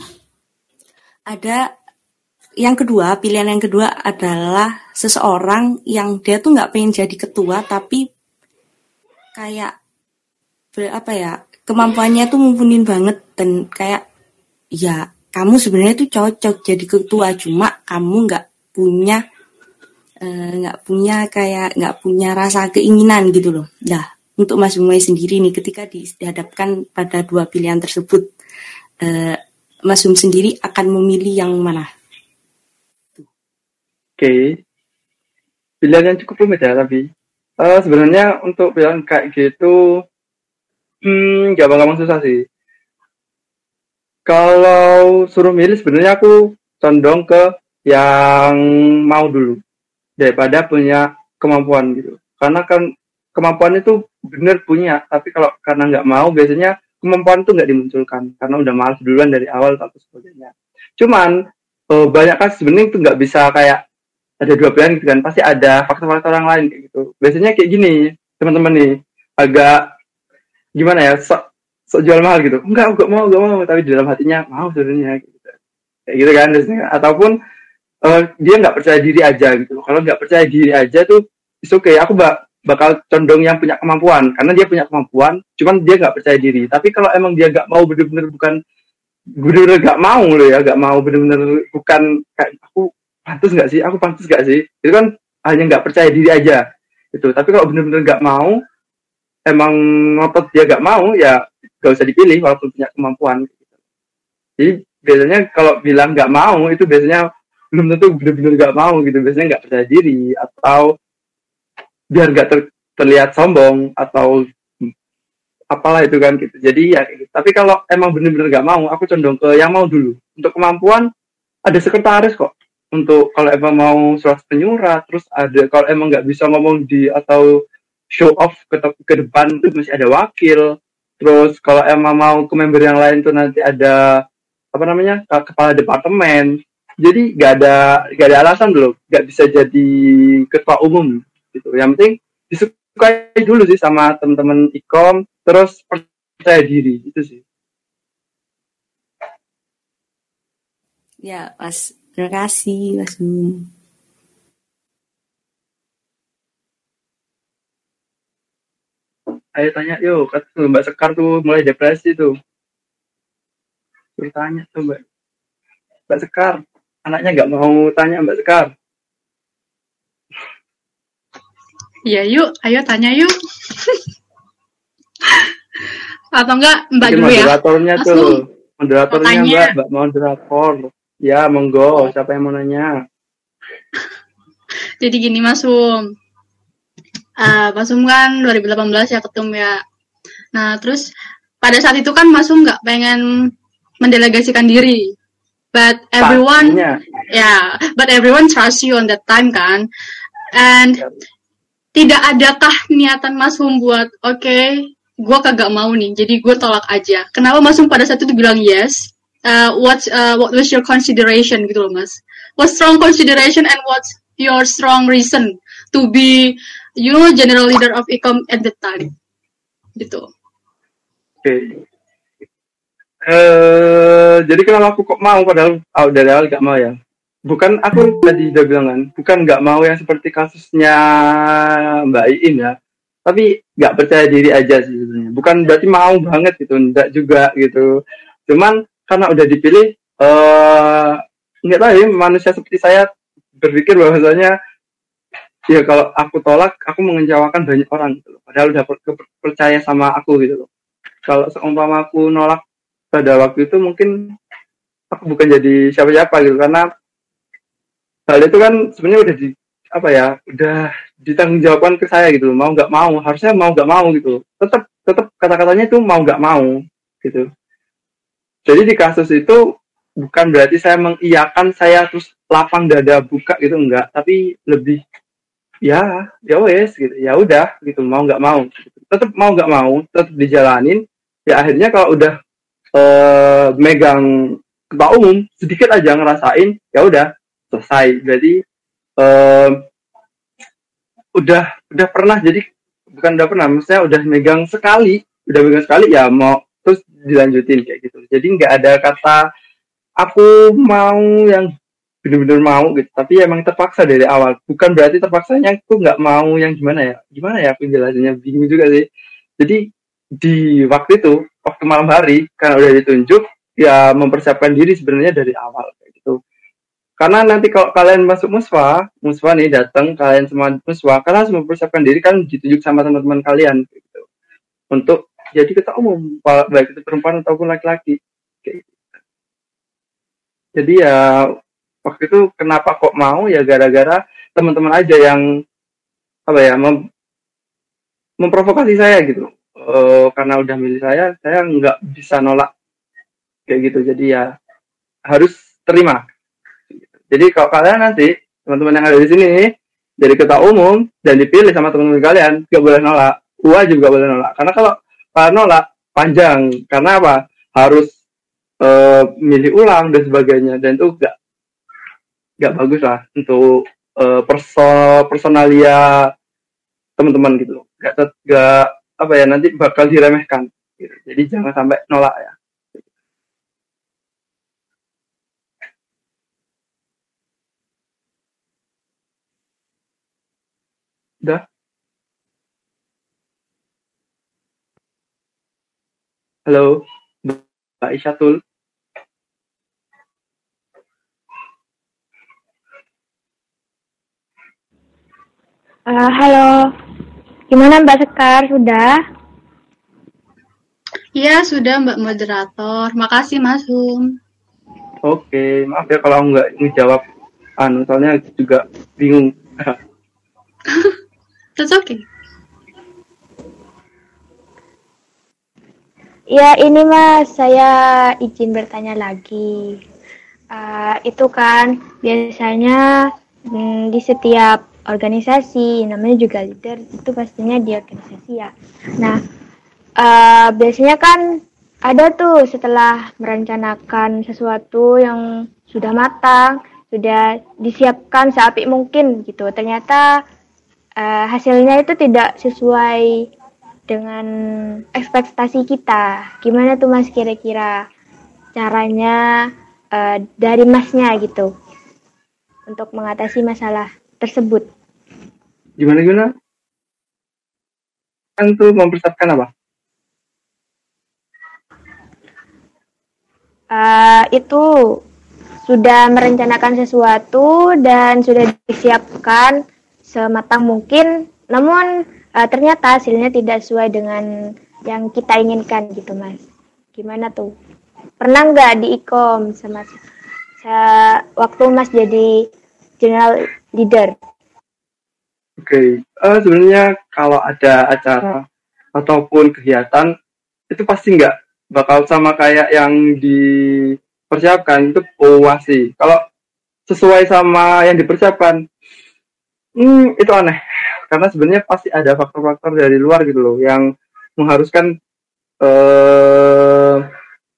ada yang kedua, pilihan yang kedua adalah seseorang yang dia tuh nggak pengen jadi ketua, tapi kayak apa ya, kemampuannya tuh mumpunin banget dan kayak ya kamu sebenarnya tuh cocok jadi ketua, cuma kamu nggak punya nggak uh, punya kayak nggak punya rasa keinginan gitu loh. Nah, untuk Mas Umay sendiri nih, ketika dihadapkan pada dua pilihan tersebut, uh, Mas Um sendiri akan memilih yang mana? Oke, okay. Pilihan yang cukup rumit ya, tapi uh, sebenarnya untuk pilihan kayak gitu, hmm, gampang-gampang susah sih. Kalau suruh milih sebenarnya aku condong ke yang mau dulu daripada punya kemampuan gitu. Karena kan kemampuan itu benar punya, tapi kalau karena nggak mau biasanya kemampuan itu nggak dimunculkan karena udah malas duluan dari awal atau sebagainya. Cuman eh, banyak kan sebenarnya itu nggak bisa kayak ada dua pilihan gitu kan, pasti ada faktor-faktor yang lain kayak gitu. Biasanya kayak gini teman-teman nih, agak gimana ya, sok sok jual mahal gitu, enggak enggak mau enggak mau, tapi di dalam hatinya mau sebenarnya gitu. Kayak gitu kan biasanya. Ataupun uh, dia nggak percaya diri aja gitu. Kalau nggak percaya diri aja tuh it's okay, aku bak bakal condong yang punya kemampuan karena dia punya kemampuan, cuman dia nggak percaya diri. Tapi kalau emang dia nggak mau bener-bener bukan bener-bener nggak mau loh ya, nggak mau bener-bener bukan kayak aku pantas nggak sih, aku pantas nggak sih, itu kan hanya nggak percaya diri aja gitu. Tapi kalau bener-bener nggak mau, emang ngotot dia nggak mau, ya gak usah dipilih walaupun punya kemampuan. Jadi biasanya kalau bilang nggak mau itu biasanya belum tentu benar-benar nggak mau gitu. Biasanya nggak percaya diri atau biar nggak ter terlihat sombong atau apalah itu kan gitu. Jadi ya gitu. Tapi kalau emang benar-benar nggak mau, aku condong ke yang mau dulu. Untuk kemampuan ada sekretaris kok. Untuk kalau emang mau surat penyurat, terus ada kalau emang nggak bisa ngomong di atau show off ke, ke depan itu masih ada wakil. Terus kalau emang mau ke member yang lain tuh nanti ada apa namanya kepala departemen. Jadi nggak ada nggak ada alasan dulu nggak bisa jadi ketua umum gitu. Yang penting disukai dulu sih sama teman-teman ikom. Terus percaya diri itu sih. Ya, Mas. Terima kasih, Mas Bung. Ayo tanya yuk, kata tuh Mbak Sekar tuh mulai depresi tuh. Tuh tanya tuh Mbak. Mbak Sekar, anaknya nggak mau tanya Mbak Sekar. Iya yuk, ayo tanya yuk. Atau enggak Mbak Mungkin dulu ya? moderatornya Mas tuh, Bung, moderatornya mau tanya. Mbak, Mbak moderator. Ya monggo, siapa yang mau nanya? Jadi gini Mas Bung. Uh, Mas Bung kan dua ribu delapan belas ya ketum ya. Nah terus pada saat itu kan Mas Bung nggak pengen mendelegasikan diri. But everyone, Pastinya. yeah, but everyone trust you on that time kan. And Ya. tidak adakah niatan Mas Bung buat, oke, okay, gue kagak mau nih, jadi gue tolak aja. Kenapa Mas Bung pada saat itu bilang yes? Uh, what uh, what was your consideration gitu loh Mas? What strong consideration and what's your strong reason to be, you know, general leader of I C O M at that time? Gitu. Oke. Okay. Uh, jadi kenapa aku kok mau padahal oh, dari awal gak mau ya? Bukan aku tadi udah bilang kan, bukan nggak mau yang seperti kasusnya Mbak Iin ya, tapi nggak percaya diri aja sih sebenarnya. Bukan berarti mau banget gitu, enggak juga gitu. Cuman karena udah dipilih, uh, nggak tahu ya, manusia seperti saya berpikir bahwasanya ya kalau aku tolak, aku mengecewakan banyak orang gitu loh. Padahal udah per- percaya sama aku gitu loh. Kalau seumpama aku nolak pada waktu itu mungkin aku bukan jadi siapa-siapa gitu, karena hal itu kan sebenarnya udah di apa ya, udah ditanggung jawabkan ke saya gitu loh. Mau nggak mau, harusnya mau nggak mau gitu. Tetap tetap kata-katanya itu mau nggak mau gitu. Jadi di kasus itu bukan berarti saya mengiyakan, saya terus lapang dada buka gitu, enggak, tapi lebih ya ya wes gitu, ya udah gitu, mau nggak mau gitu. Tetap mau nggak mau, tetap dijalanin. Ya akhirnya kalau udah eh, megang ketua umum sedikit aja ngerasain, ya udah selesai. Berarti uh, udah udah pernah, jadi bukan udah pernah, maksudnya udah megang sekali, udah megang sekali ya mau terus dilanjutin kayak gitu. Jadi nggak ada kata aku mau yang bener-bener mau gitu, tapi emang terpaksa dari awal. Bukan berarti terpaksanya aku nggak mau yang gimana ya, gimana ya aku jelasinnya, bingung juga sih. Jadi di waktu itu, waktu malam hari, karena udah ditunjuk, ya mempersiapkan diri sebenarnya dari awal kayak gitu. Karena nanti kalau kalian masuk muswa, muswa nih datang, kalian semua muswa, kalian harus mempersiapkan diri, kan ditunjuk sama teman-teman kalian gitu, untuk jadi ketua umum, baik itu perempuan ataupun laki-laki. Kayak gitu. Jadi ya waktu itu kenapa kok mau, ya gara-gara teman-teman aja yang apa ya, mem- memprovokasi saya gitu. Uh, karena udah milih saya, saya nggak bisa nolak kayak gitu. Jadi ya harus terima. Jadi kalau kalian nanti, teman-teman yang ada di sini nih, jadi ketua umum dan dipilih sama teman-teman kalian, gak boleh nolak. Wajib gak boleh nolak. Karena kalau kalian nolak, panjang. Karena apa? Harus uh, milih ulang dan sebagainya. Dan itu gak, gak bagus lah untuk uh, perso personalia teman-teman gitu. Gak, gak apa ya, nanti bakal diremehkan. Gitu. Jadi jangan sampai nolak ya. Udah. Halo, Mbak Isyatul. Uh, halo, gimana Mbak Sekar, sudah? Iya, sudah Mbak Moderator. Makasih Mas Hum. Oke, maaf ya kalau nggak ngejawab, anu, soalnya juga bingung. That's okay. Ya ini Mas, saya izin bertanya lagi. Uh, itu kan biasanya hmm, di setiap organisasi, namanya juga leader, itu pastinya di organisasi ya. Nah, uh, biasanya kan ada tuh setelah merencanakan sesuatu yang sudah matang, sudah disiapkan seapik mungkin gitu, ternyata uh, hasilnya itu tidak sesuai dengan ekspektasi kita. Gimana tuh Mas kira-kira caranya uh, dari Masnya gitu untuk mengatasi masalah tersebut? Gimana gimana? Kan tuh mempersiapkan apa? Uh, itu sudah merencanakan sesuatu dan sudah disiapkan sematang mungkin, namun uh, ternyata hasilnya tidak sesuai dengan yang kita inginkan gitu Mas. Gimana tuh? Pernah nggak di ikom sama saya waktu Mas jadi general leader? Oke, okay. uh, sebenarnya kalau ada acara ataupun kegiatan itu pasti nggak bakal sama kayak yang dipersiapkan, itu puas sih. Kalau sesuai sama yang dipersiapkan, hmm, itu aneh. Karena sebenarnya pasti ada faktor-faktor dari luar gitu loh yang mengharuskan uh,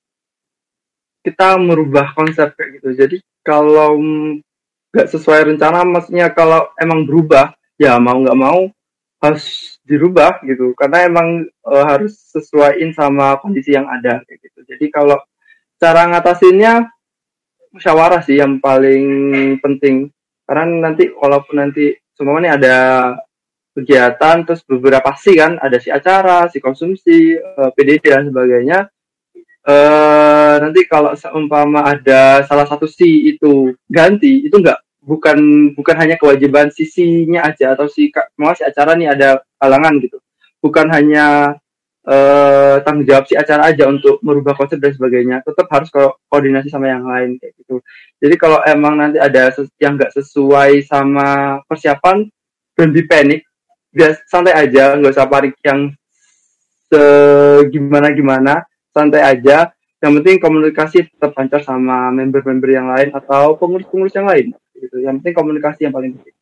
kita merubah konsep kayak gitu. Jadi kalau nggak sesuai rencana, maksudnya kalau emang berubah, ya mau nggak mau harus dirubah gitu. Karena emang e, harus sesuaiin sama kondisi yang ada kayak gitu. Jadi kalau cara ngatasinnya musyawarah sih yang paling penting. Karena nanti walaupun nanti semuanya ada kegiatan, terus beberapa si kan, ada si acara, si konsumsi, e, P D D dan sebagainya. Uh, nanti kalau seumpama ada salah satu si itu ganti, itu enggak bukan bukan hanya kewajiban sisinya aja atau si mau si acara nih ada halangan gitu, bukan hanya uh, tanggung jawab si acara aja untuk merubah konsep dan sebagainya, tetap harus ko- koordinasi sama yang lain kayak gitu. Jadi kalau emang nanti ada ses- yang enggak sesuai sama persiapan, don't be panic, biar santai aja, nggak usah panik yang segimana gimana. Santai aja, yang penting komunikasi tetap lancar sama member-member yang lain atau pengurus-pengurus yang lain gitu. Yang penting komunikasi yang paling penting.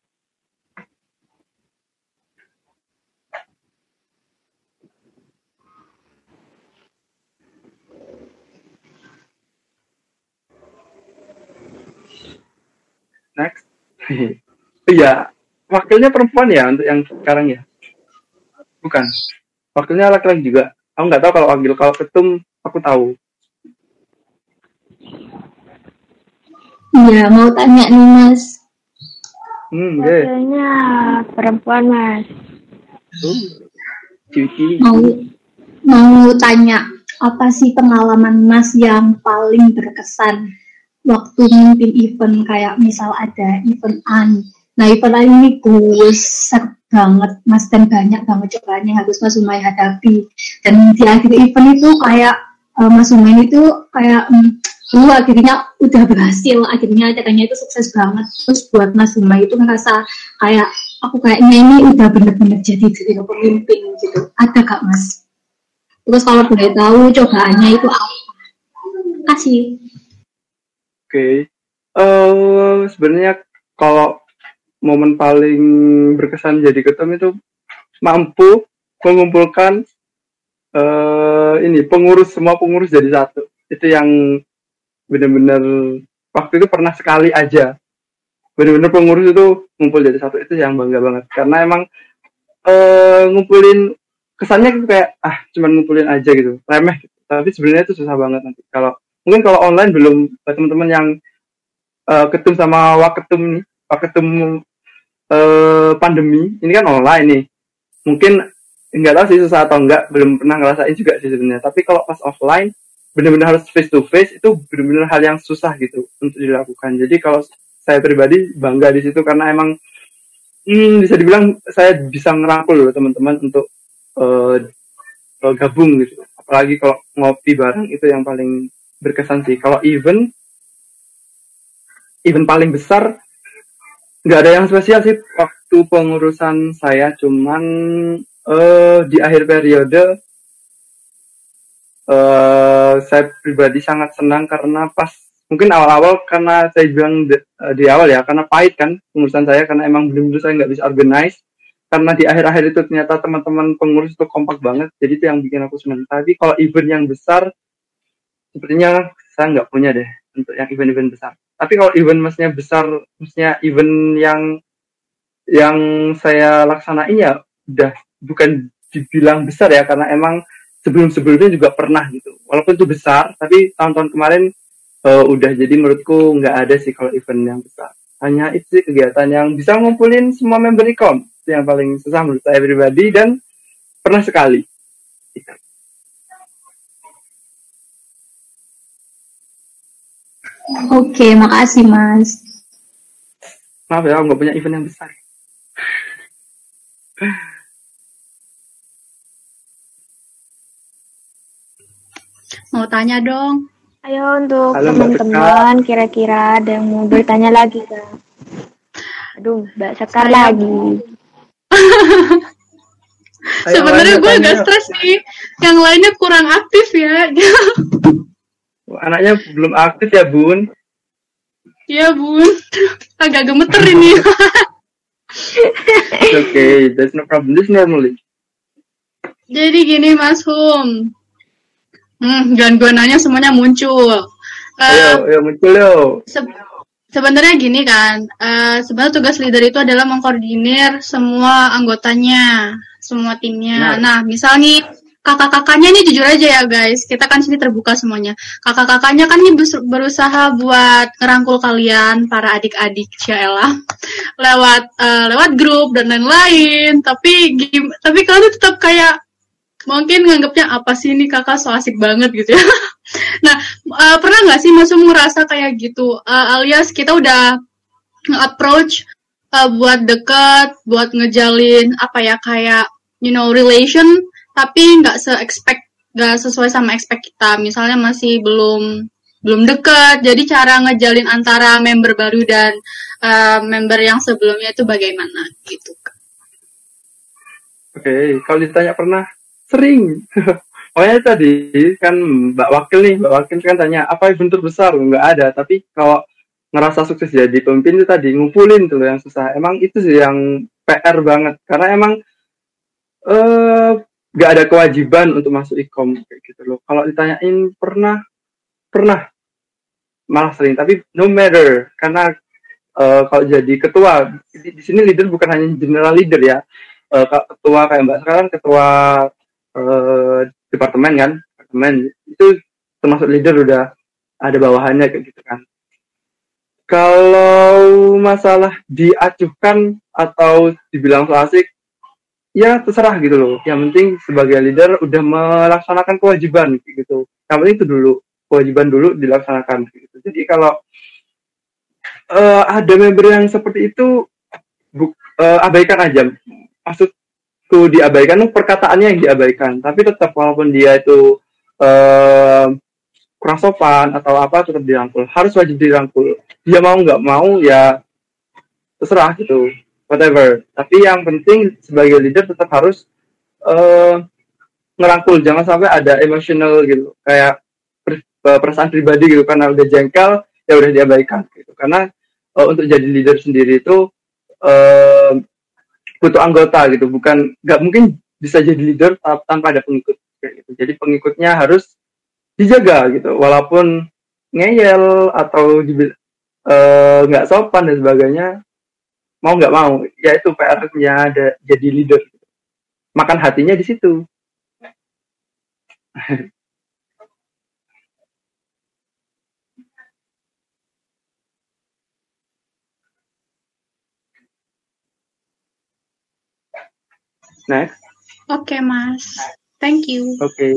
Next. Iya, wakilnya perempuan ya untuk yang sekarang ya? Bukan. Wakilnya laki-laki juga. Aku nggak tahu kalau wakil, kalau ketum aku tahu. Iya, mau tanya nih Mas. Hmm, deh. Wakilnya perempuan Mas. Uh, cuci. Mau mau tanya apa sih pengalaman Mas yang paling berkesan waktu mimpin event, kayak misal ada event an. Nah event an ini besar banget Mas dan banyak banget cobaan yang harus Mas Umay hadapi. Dan di akhir event itu kayak uh, Mas Umay itu kayak um, lu akhirnya udah berhasil, akhirnya acaranya itu sukses banget. Terus buat Mas Umay itu ngerasa kayak aku kayaknya ini udah bener-bener jadi diri pemimpin gitu. Ada gak Mas? Terus kalau boleh tahu cobaannya itu apa? Kasih. Oke, okay. uh, sebenarnya kalau momen paling berkesan jadi ketum itu mampu mengumpulkan uh, ini pengurus semua pengurus jadi satu. Itu yang benar-benar waktu itu pernah sekali aja. Benar-benar pengurus itu ngumpul jadi satu, itu yang bangga banget. Karena emang uh, ngumpulin kesannya kayak ah cuman ngumpulin aja gitu, remeh gitu. Tapi sebenarnya itu susah banget nanti. Kalau mungkin kalau online belum, teman-teman yang uh, ketum sama waketum nih, waketum uh, pandemi ini kan online nih. Mungkin nggak tahu sih susah atau enggak, belum pernah ngerasain juga sih sebenarnya. Tapi kalau pas offline benar-benar harus face to face, itu benar-benar hal yang susah gitu untuk dilakukan. Jadi kalau saya pribadi bangga di situ karena emang hmm, bisa dibilang saya bisa ngerangkul loh teman-teman untuk uh, uh, gabung gitu. Apalagi kalau ngopi bareng, itu yang paling berkesan sih. Kalau event event paling besar nggak ada yang spesial sih waktu pengurusan saya, cuman uh, di akhir periode Uh, saya pribadi sangat senang karena pas mungkin awal-awal karena saya bilang di, uh, di awal ya, karena pahit kan pengurusan saya, karena emang benar-benar saya nggak bisa organize, karena di akhir-akhir itu ternyata teman-teman pengurus itu kompak banget, jadi itu yang bikin aku senang. Tapi kalau event yang besar sepertinya saya nggak punya deh untuk yang event-event besar. Tapi kalau event maksudnya besar, maksudnya event yang yang saya laksanain ya udah bukan dibilang besar ya, karena emang sebelum-sebelumnya juga pernah gitu. Walaupun itu besar, tapi tahun-tahun kemarin uh, udah, jadi menurutku nggak ada sih kalau event yang besar. Hanya itu sih kegiatan yang bisa ngumpulin semua member ikom. Itu yang paling susah menurut saya pribadi, dan pernah sekali. Oke, makasih Mas. Maaf ya, nggak punya event yang besar. Mau tanya dong. Ayo untuk Halo, Mbak teman-teman, kira-kira ada yang mau bertanya lagi Kak? Aduh, Mbak Sekar Saya- lagi. Ayo, Sebenarnya Mbak, gue tanya. agak stres nih. Yang lainnya kurang aktif ya. Anaknya belum aktif ya, Bun. Ya bun, agak gemeter ini. It's okay, there's no problem. This normally. Jadi gini Mas Hum. Hmm, dan gue nanya semuanya muncul. Uh, Ayo, ayo muncul yo. se- sebenarnya gini kan, uh, sebenarnya tugas leader itu adalah mengkoordinir semua anggotanya, semua timnya. Nah. Nah, misal nih kakak-kakaknya nih jujur aja ya guys, kita kan sini terbuka semuanya. Kakak-kakaknya kan nih bus- berusaha buat ngerangkul kalian para adik-adik Ciela lewat uh, lewat grup dan lain-lain. Tapi gim- tapi kalian tuh tetap kayak mungkin nganggapnya apa sih ini kakak so asik banget gitu ya. Nah, uh, pernah nggak sih Mas Um ngerasa kayak gitu? Uh, alias kita udah nge-approach uh, buat deket, buat ngejalin apa ya kayak you know relation, tapi nggak se-expect, nggak sesuai sama expect kita. Misalnya masih belum belum dekat. Jadi cara ngejalin antara member baru dan uh, member yang sebelumnya itu bagaimana gitu? Oke, okay, kalau ditanya pernah, sering. Pokoknya tadi kan Mbak Wakil nih, Mbak Wakil kan tanya apa event terbesar, nggak ada. Tapi kalau ngerasa sukses jadi pemimpin itu tadi ngumpulin tuh yang susah. Emang itu sih yang P R banget, karena emang eh nggak ada kewajiban untuk masuk ikom kayak gitu loh. Kalau ditanyain pernah, pernah malah sering. Tapi no matter, karena uh, kalau jadi ketua di, di sini leader bukan hanya general leader ya. Uh, ketua kayak Mbak sekarang ketua uh, departemen kan, departemen itu termasuk leader, udah ada bawahannya kayak gitu kan. Kalau masalah diacuhkan atau dibilang so asik, ya terserah gitu loh. Yang penting sebagai leader udah melaksanakan kewajiban gitu. Yang penting itu dulu, kewajiban dulu dilaksanakan gitu. Jadi kalau uh, ada member yang seperti itu, bu, uh, abaikan aja. Maksudku diabaikan, perkataannya yang diabaikan. Tapi tetap walaupun dia itu uh, kurang sopan atau apa, tetap dirangkul. Harus wajib dirangkul. Dia mau nggak mau ya terserah gitu. Whatever. Tapi yang penting sebagai leader tetap harus uh, ngerangkul, jangan sampai ada emotional gitu, kayak per, perasaan pribadi gitu, karena udah jengkel ya udah diabaikan gitu. Karena uh, untuk jadi leader sendiri itu uh, butuh anggota gitu, bukan nggak mungkin bisa jadi leader tanpa ada pengikut gitu. Jadi pengikutnya harus dijaga gitu, walaupun ngeyel atau nggak uh, sopan dan sebagainya. Mau nggak mau, ya itu P R-nya ada jadi leader. Makan hatinya di situ. Next. Oke okay, Mas, thank you. Oke. Okay.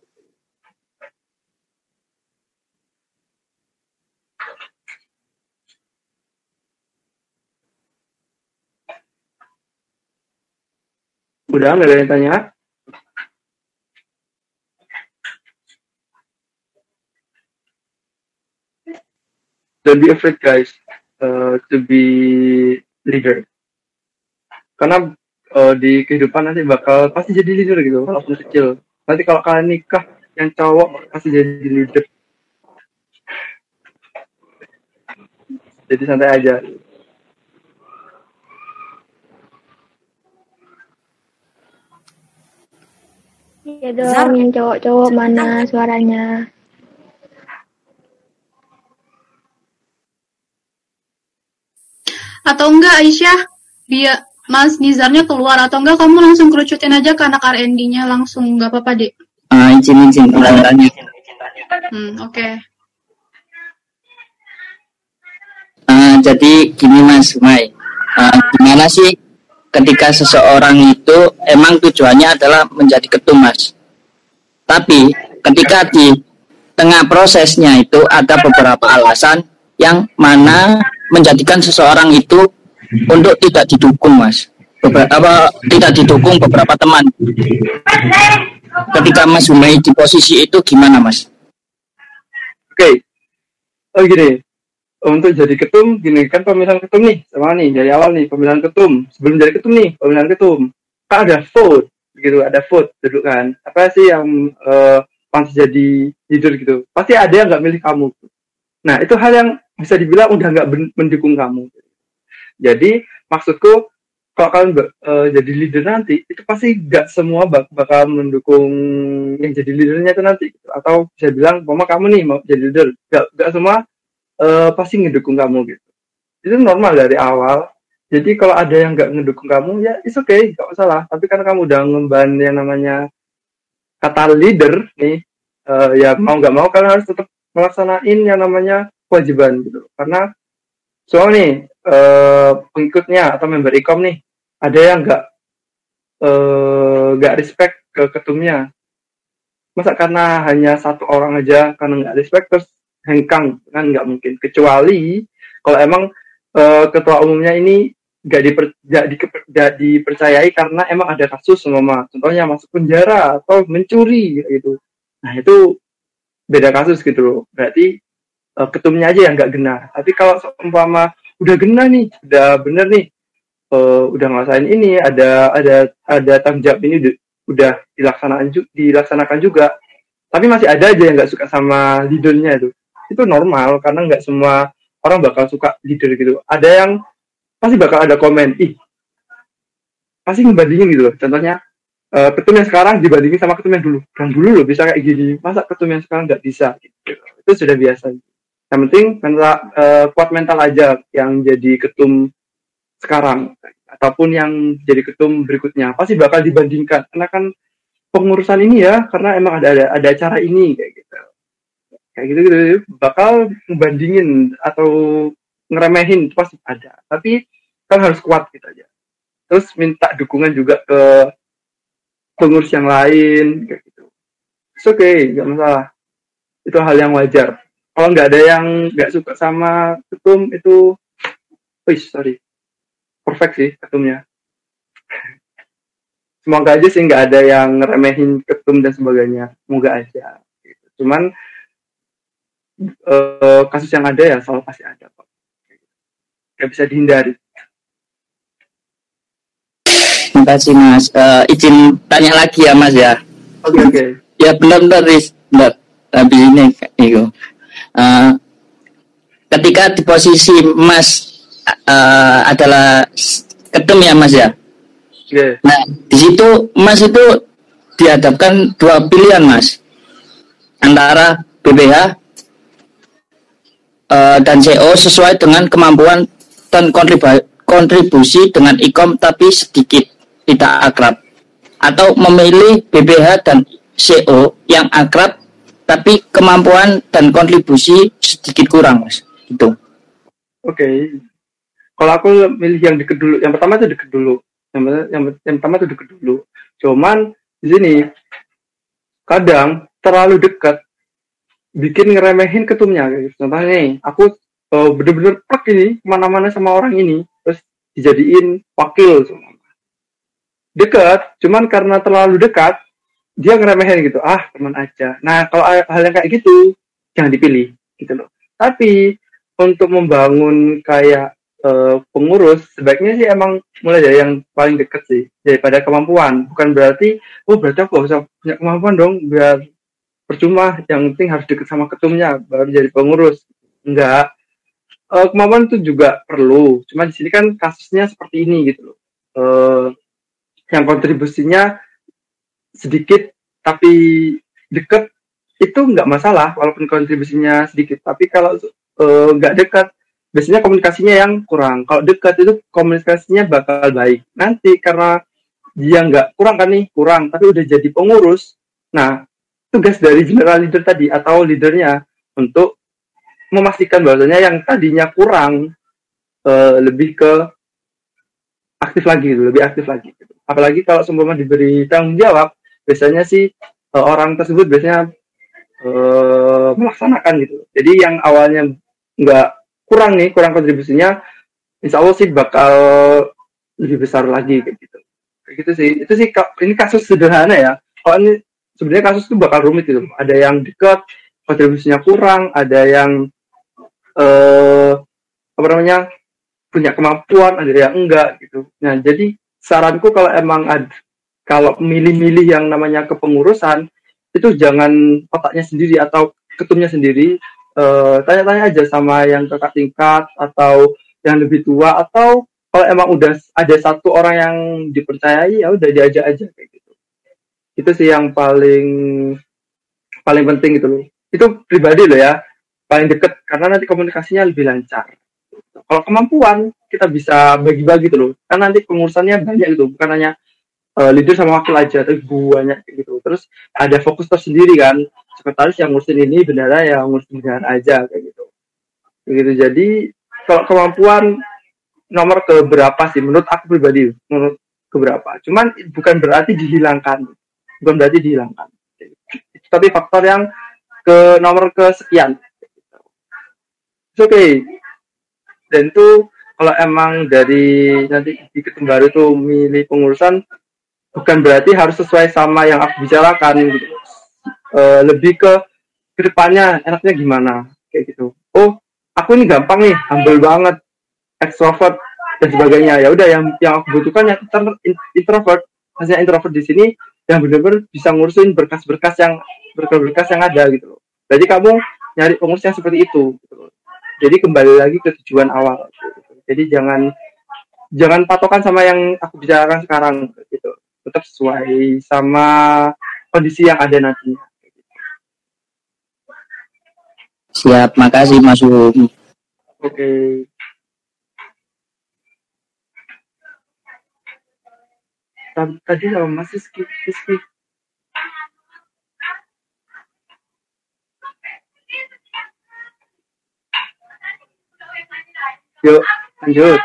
Udah nggak ada yang tanya? Don't be afraid guys uh, to be leader. Karena uh, di kehidupan nanti bakal pasti jadi leader gitu, walaupun kecil. Nanti kalau kalian nikah yang cowok pasti jadi leader. Jadi santai aja. Iya dong, yang cowok-cowok mana suaranya? Atau enggak Aisyah, biar Mas Nizarnya keluar atau enggak kamu langsung kerucutin aja ke anak R and D-nya langsung, nggak apa-apa deh. Ah, izin izin tanya. Hmm, oke. Okay. Uh, jadi gini Mas Mai, uh, gimana sih ketika seseorang itu emang tujuannya adalah menjadi ketum Mas, tapi ketika di tengah prosesnya itu ada beberapa alasan yang mana menjadikan seseorang itu untuk tidak didukung Mas, beberapa tidak didukung beberapa teman. Ketika Mas Humay di posisi itu gimana Mas? Oke, okay. oh gini, untuk jadi ketum gini kan pemilihan ketum nih, sama nih dari awal nih pemilihan ketum, sebelum jadi ketum nih pemilihan ketum kan ada vote gitu, ada vote dulu kan, apa sih yang uh, pas jadi leader gitu, pasti ada yang nggak milih kamu. Nah itu hal yang bisa dibilang udah nggak mendukung kamu. Jadi maksudku kalau kalian uh, jadi leader nanti itu pasti nggak semua bak- bakal mendukung yang jadi leadernya itu nanti gitu. Atau bisa bilang mama kamu nih mau jadi leader, nggak nggak semua uh, pasti ngedukung kamu gitu. Itu normal dari awal. Jadi kalau ada yang nggak ngedukung kamu ya it's okay, nggak masalah. Tapi kan kamu udah ngemban yang namanya kata leader nih, uh, ya mau nggak mau kalian harus tetap melaksanain yang namanya kewajiban gitu. Karena soal nih uh, pengikutnya atau member ikom nih ada yang nggak nggak uh, respect ke ketumnya. Masa karena hanya satu orang aja karena nggak respect terus hengkang, kan nggak mungkin. Kecuali kalau emang uh, ketua umumnya ini nggak diper, di, dipercayai karena emang ada kasus sama, contohnya masuk penjara atau mencuri gitu. Nah itu beda kasus gitu loh. Berarti uh, ketumnya aja yang nggak genah. Tapi kalau seumpama udah genah nih, udah bener nih, uh, udah ngelasain ini, ada ada ada tanggung jawab ini udah, udah dilaksanakan ju- dilaksanakan juga. Tapi masih ada aja yang nggak suka sama leadernya itu. Itu normal karena nggak semua orang bakal suka leader gitu. Ada yang pasti bakal ada komen, ih pasti ngebandingin gitu loh. Contohnya uh, ketum yang sekarang dibandingin sama ketum yang dulu. Yang dulu loh bisa kayak gini, masa ketum yang sekarang nggak bisa gitu. Itu sudah biasa. Yang penting mental, uh, kuat mental aja yang jadi ketum sekarang ataupun yang jadi ketum berikutnya pasti bakal dibandingkan karena kan pengurusan ini ya, karena emang ada ada, ada acara ini kayak gitu. Kayak gitu gitu bakal ngebandingin atau ngeremehin itu pasti ada. Tapi kan harus kuat gitu aja. Terus minta dukungan juga ke pengurus yang lain kayak gitu. It's okay, nggak masalah. Itu hal yang wajar. Kalau nggak ada yang nggak suka sama ketum itu, wih sorry, perfect sih ketumnya. Semoga aja sih nggak ada yang ngeremehin ketum dan sebagainya. Semoga aja. Gitu. Cuman uh, kasus yang ada ya selalu pasti ada kok. Nggak bisa dihindari. Terima kasih Mas. Uh, izin tanya lagi ya Mas ya. Oke okay, oke. Okay. Ya benar-benar Riz, benar. Tapi ini itu. Uh, ketika di posisi Mas uh, adalah ketum ya Mas ya. Okay. Nah di situ Mas itu dihadapkan dua pilihan Mas, antara B B H uh, dan C O sesuai dengan kemampuan dan kontribu- kontribusi dengan ikom tapi sedikit tidak akrab, atau memilih B B H dan C O yang akrab tapi kemampuan dan kontribusi sedikit kurang Mas. Itu. Oke. Okay. Kalau aku milih yang deket dulu, yang pertama itu deket dulu. Yang, yang, yang pertama itu deket dulu. Cuman di sini kadang terlalu dekat bikin ngeremehin ketumnya. Contohnya nih, aku uh, bener-bener plek ini kemana-mana sama orang ini, terus dijadiin wakil. Dekat, cuman karena terlalu dekat, dia ngeremehin gitu. Ah, teman aja. Nah, kalau hal yang kayak gitu, jangan dipilih, gitu loh. Tapi untuk membangun kayak Uh, pengurus sebaiknya sih emang mulai dari yang paling deket sih daripada kemampuan. Bukan berarti oh berarti aku harus punya kemampuan dong biar percuma, yang penting harus deket sama ketumnya baru jadi pengurus. Enggak, uh, kemampuan itu juga perlu, cuma di sini kan kasusnya seperti ini gitu loh. Uh, yang kontribusinya sedikit tapi deket itu nggak masalah walaupun kontribusinya sedikit, tapi kalau uh, nggak dekat biasanya komunikasinya yang kurang. Kalau dekat itu komunikasinya bakal baik. Nanti karena dia nggak kurang kan nih, kurang, tapi udah jadi pengurus. Nah, tugas dari general leader tadi atau leadernya untuk memastikan bahwasanya yang tadinya kurang uh, lebih ke aktif lagi gitu, lebih aktif lagi. Gitu. Apalagi kalau seumpama diberi tanggung jawab, biasanya sih uh, orang tersebut biasanya uh, melaksanakan gitu. Jadi yang awalnya nggak kurang nih, kurang kontribusinya, insya Allah sih bakal lebih besar lagi kayak gitu. Kayak gitu sih. Itu sih ini kasus sederhana ya. Kalau ini sebenarnya kasus itu bakal rumit gitu. Ada yang dekat, kontribusinya kurang, ada yang eh, apa namanya punya kemampuan, ada yang enggak gitu. Nah jadi saranku kalau emang ada, kalau milih-milih yang namanya kepengurusan itu jangan otaknya sendiri atau ketumnya sendiri. Uh, tanya-tanya aja sama yang kakak tingkat atau yang lebih tua, atau kalau emang udah ada satu orang yang dipercayai ya udah diajak aja kayak gitu. Itu sih yang paling paling penting gitu loh. Itu pribadi loh ya, paling deket karena nanti komunikasinya lebih lancar. Kalau kemampuan kita bisa bagi-bagi gitu loh, kan nanti pengurusannya banyak gitu, bukan hanya uh, leader sama wakil aja, tapi banyak gitu. Terus ada fokus tersendiri kan. Sekretaris yang ngurusin ini, bendara yang ngurusin bendara aja kayak gitu. Begitu. Jadi kalau kemampuan nomor keberapa sih menurut aku pribadi, menurut keberapa. Cuman bukan berarti dihilangkan. Bukan berarti dihilangkan. Tapi faktor yang ke nomor kesekian. Oke. Okay. Dan itu kalau emang dari nanti di ketum baru tuh milih pengurusan, bukan berarti harus sesuai sama yang aku bicarakan gitu. Uh, lebih ke kedepannya enaknya gimana kayak gitu. Oh, aku ini gampang nih, humble banget, extrovert dan sebagainya. Ya udah yang yang aku butuhkan yang introvert. Hanya introvert di sini yang benar-benar bisa ngurusin berkas-berkas yang berkas-berkas yang ada gitu loh. Jadi kamu nyari pengurus yang seperti itu gitu loh. Jadi kembali lagi ke tujuan awal gitu. Jadi jangan jangan patokan sama yang aku bicarakan sekarang gitu. Tetap sesuai sama kondisi yang ada nantinya. Siap, makasih Mas Um. Oke. Okay. Tadi sama Mas Rizky, Rizky. Yuk, lanjut.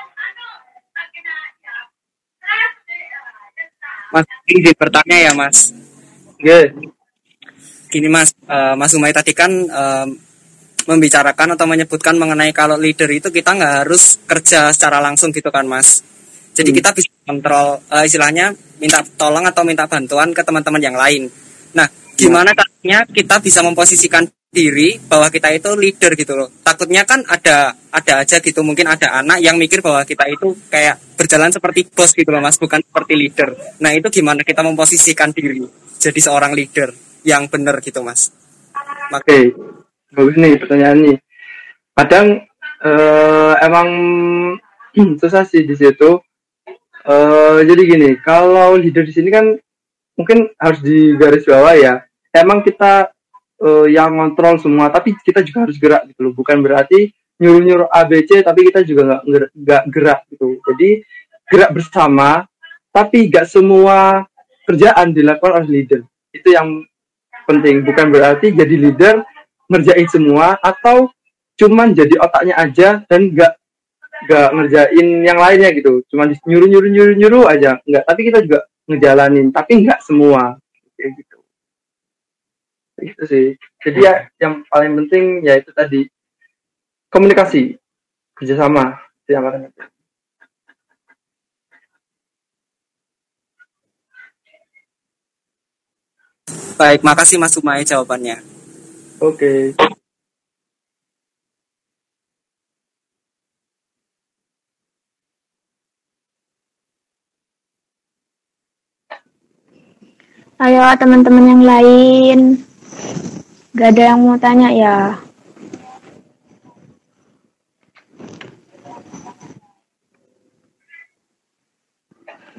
Mas, ini bertanya ya Mas. Oke. Okay. Gini Mas, uh, Mas Umay tadi kan uh, membicarakan atau menyebutkan mengenai kalau leader itu kita nggak harus kerja secara langsung gitu kan Mas. Jadi hmm. kita bisa kontrol uh, istilahnya minta tolong atau minta bantuan ke teman-teman yang lain. Nah, gimana caranya kita bisa memposisikan diri bahwa kita itu leader gitu loh. Takutnya kan ada ada aja gitu, mungkin ada anak yang mikir bahwa kita itu kayak berjalan seperti bos gitu loh Mas, bukan seperti leader. Nah, itu gimana kita memposisikan diri jadi seorang leader yang benar gitu Mas. Oke. Okay. Bagus nih pertanyaan nih. Kadang uh, emang susah sih di situ. Uh, jadi gini, kalau leader di sini kan mungkin harus digaris bawah ya. Emang kita uh, yang ngontrol semua, tapi kita juga harus gerak gitu loh. Bukan berarti nyuruh-nyuruh A B C, tapi kita juga nggak nggak gerak gitu. Jadi gerak bersama, tapi nggak semua kerjaan dilakukan oleh leader. Itu yang penting. Bukan berarti jadi leader ngerjain semua atau cuman jadi otaknya aja dan nggak nggak ngerjain yang lainnya gitu, cuman nyuruh nyuruh nyuruh nyuruh aja nggak, tapi kita juga ngejalanin tapi nggak semua kayak gitu. Gitu sih. Jadi ya yang paling penting ya itu tadi komunikasi, kerjasama itu yang paling penting. Baik, makasih Mas Umay jawabannya. Oke. Okay. Ayo teman-teman yang lain, gak ada yang mau tanya ya?